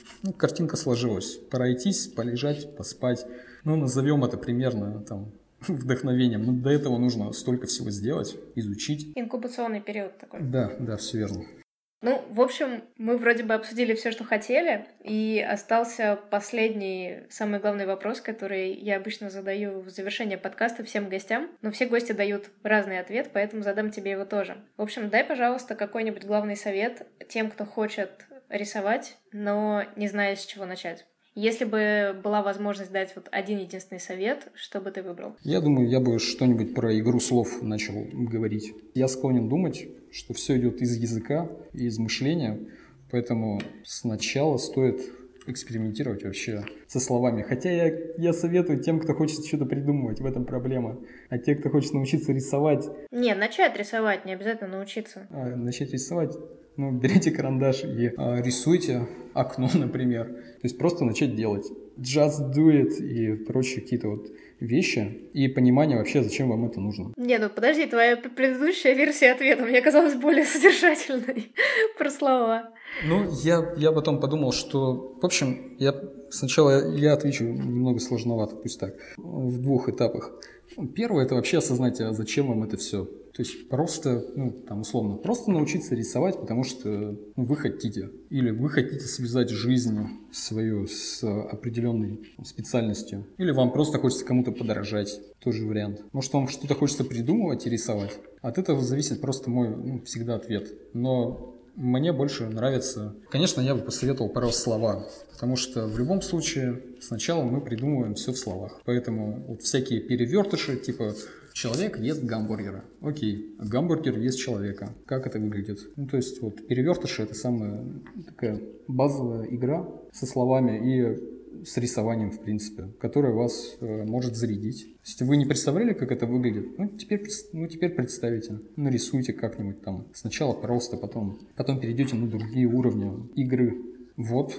ну, картинка сложилась. Пройтись, полежать, поспать. Ну, назовем это примерно там вдохновением. Но до этого нужно столько всего сделать, изучить. Инкубационный период такой. Да, все верно. Ну, в общем, мы вроде бы обсудили все, что хотели, и остался последний, самый главный вопрос, который я обычно задаю в завершении подкаста всем гостям, но все гости дают разный ответ, поэтому задам тебе его тоже. В общем, дай, пожалуйста, какой-нибудь главный совет тем, кто хочет рисовать, но не знает, с чего начать. Если бы была возможность дать вот один единственный совет, что бы ты выбрал? Я думаю, я бы что-нибудь про игру слов начал говорить. Я склонен думать, что все идет из языка и из мышления, поэтому сначала стоит экспериментировать вообще со словами. Хотя я советую тем, кто хочет что-то придумывать, в этом проблема. А те, кто хочет научиться рисовать... Не, начать рисовать, не обязательно научиться. Начать рисовать... Ну, берите карандаш и рисуйте окно, например. То есть просто начать делать. Just do it и прочие какие-то вот вещи. И понимание вообще, зачем вам это нужно. Не, ну подожди, твоя предыдущая версия ответа мне казалась более содержательной про слова. Ну, я потом подумал, что... В общем, сначала я отвечу немного сложновато, пусть так, в 2 этапах. Первое – это вообще осознать, а зачем вам это все. То есть просто, условно, просто научиться рисовать, потому что вы хотите. Или вы хотите связать жизнь свою с определенной специальностью. Или вам просто хочется кому-то подражать. Тоже вариант. Может, вам что-то хочется придумывать и рисовать. От этого зависит просто мой всегда ответ. Но мне больше нравится... Конечно, я бы посоветовал пару слова. Потому что в любом случае сначала мы придумываем все в словах. Поэтому вот всякие перевертыши, типа... Человек ест гамбургера. Окей, гамбургер ест человека. Как это выглядит? То есть вот перевертыши — это самая такая базовая игра со словами и с рисованием, в принципе, которая вас может зарядить. Если вы не представляли, как это выглядит, теперь представите. Нарисуйте как-нибудь там. Сначала просто, потом перейдете на другие уровни игры. Вот.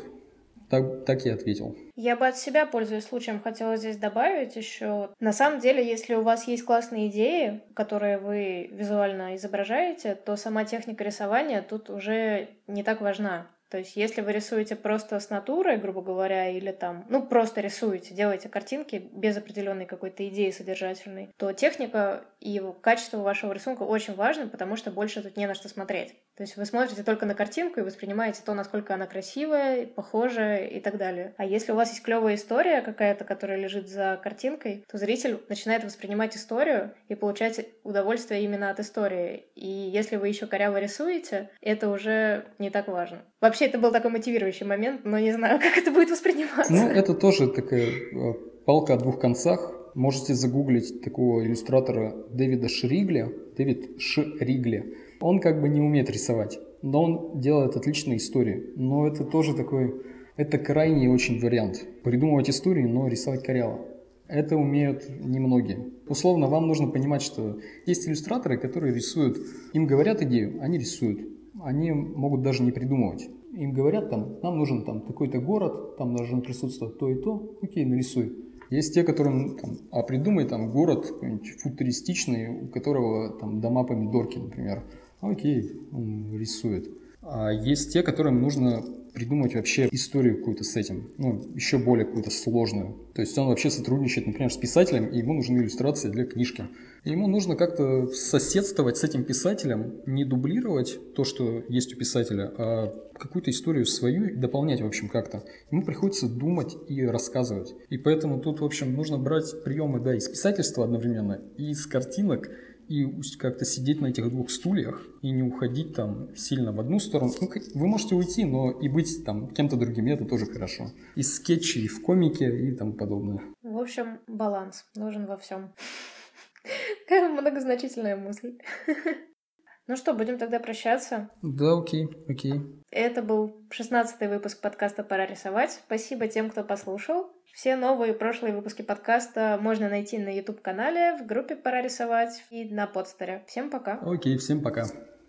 Так я ответил. Я бы от себя, пользуясь случаем, хотела здесь добавить еще. На самом деле, если у вас есть классные идеи, которые вы визуально изображаете, то сама техника рисования тут уже не так важна. То есть, если вы рисуете просто с натурой, грубо говоря, или там, просто рисуете, делаете картинки без определенной какой-то идеи содержательной, то техника и качество вашего рисунка очень важно, потому что больше тут не на что смотреть. То есть вы смотрите только на картинку и воспринимаете то, насколько она красивая, похожая и так далее. А если у вас есть клевая история какая-то, которая лежит за картинкой, то зритель начинает воспринимать историю и получать удовольствие именно от истории. И если вы еще коряво рисуете, это уже не так важно. Вообще, это был такой мотивирующий момент, но не знаю, как это будет восприниматься. Это тоже такая палка о 2 концах. Можете загуглить такого иллюстратора Дэвид Шригли. Он как бы не умеет рисовать, но он делает отличные истории. Но это тоже это крайний очень вариант. Придумывать истории, но рисовать коряво. Это умеют немногие. Условно, вам нужно понимать, что есть иллюстраторы, которые рисуют, им говорят идею, они рисуют. Они могут даже не придумывать. Им говорят, нам нужен такой-то город, там должно присутствовать то и то, окей, нарисуй. Есть те, которым, придумай город какой-нибудь футуристичный, у которого дома помидорки, например. Окей, он рисует. А есть те, которым нужно придумать вообще историю какую-то с этим, еще более какую-то сложную. То есть он вообще сотрудничает, например, с писателем, и ему нужны иллюстрации для книжки. И ему нужно как-то соседствовать с этим писателем, не дублировать то, что есть у писателя, а какую-то историю свою дополнять, в общем, как-то. Ему приходится думать и рассказывать. И поэтому тут, в общем, нужно брать приемы, из писательства одновременно, и из картинок, и как-то сидеть на этих 2 стульях и не уходить сильно в одну сторону. Вы можете уйти, но и быть кем-то другим, это тоже хорошо. И скетчи, и в комике, и тому подобное. В общем, баланс нужен во всем. Какая многозначительная мысль. Ну что, будем тогда прощаться? Да, окей. Это был 16-й выпуск подкаста «Пора рисовать». Спасибо тем, кто послушал. Все новые и прошлые выпуски подкаста можно найти на YouTube-канале, в группе «Пора рисовать» и на подстере. Всем пока. Окей, всем пока.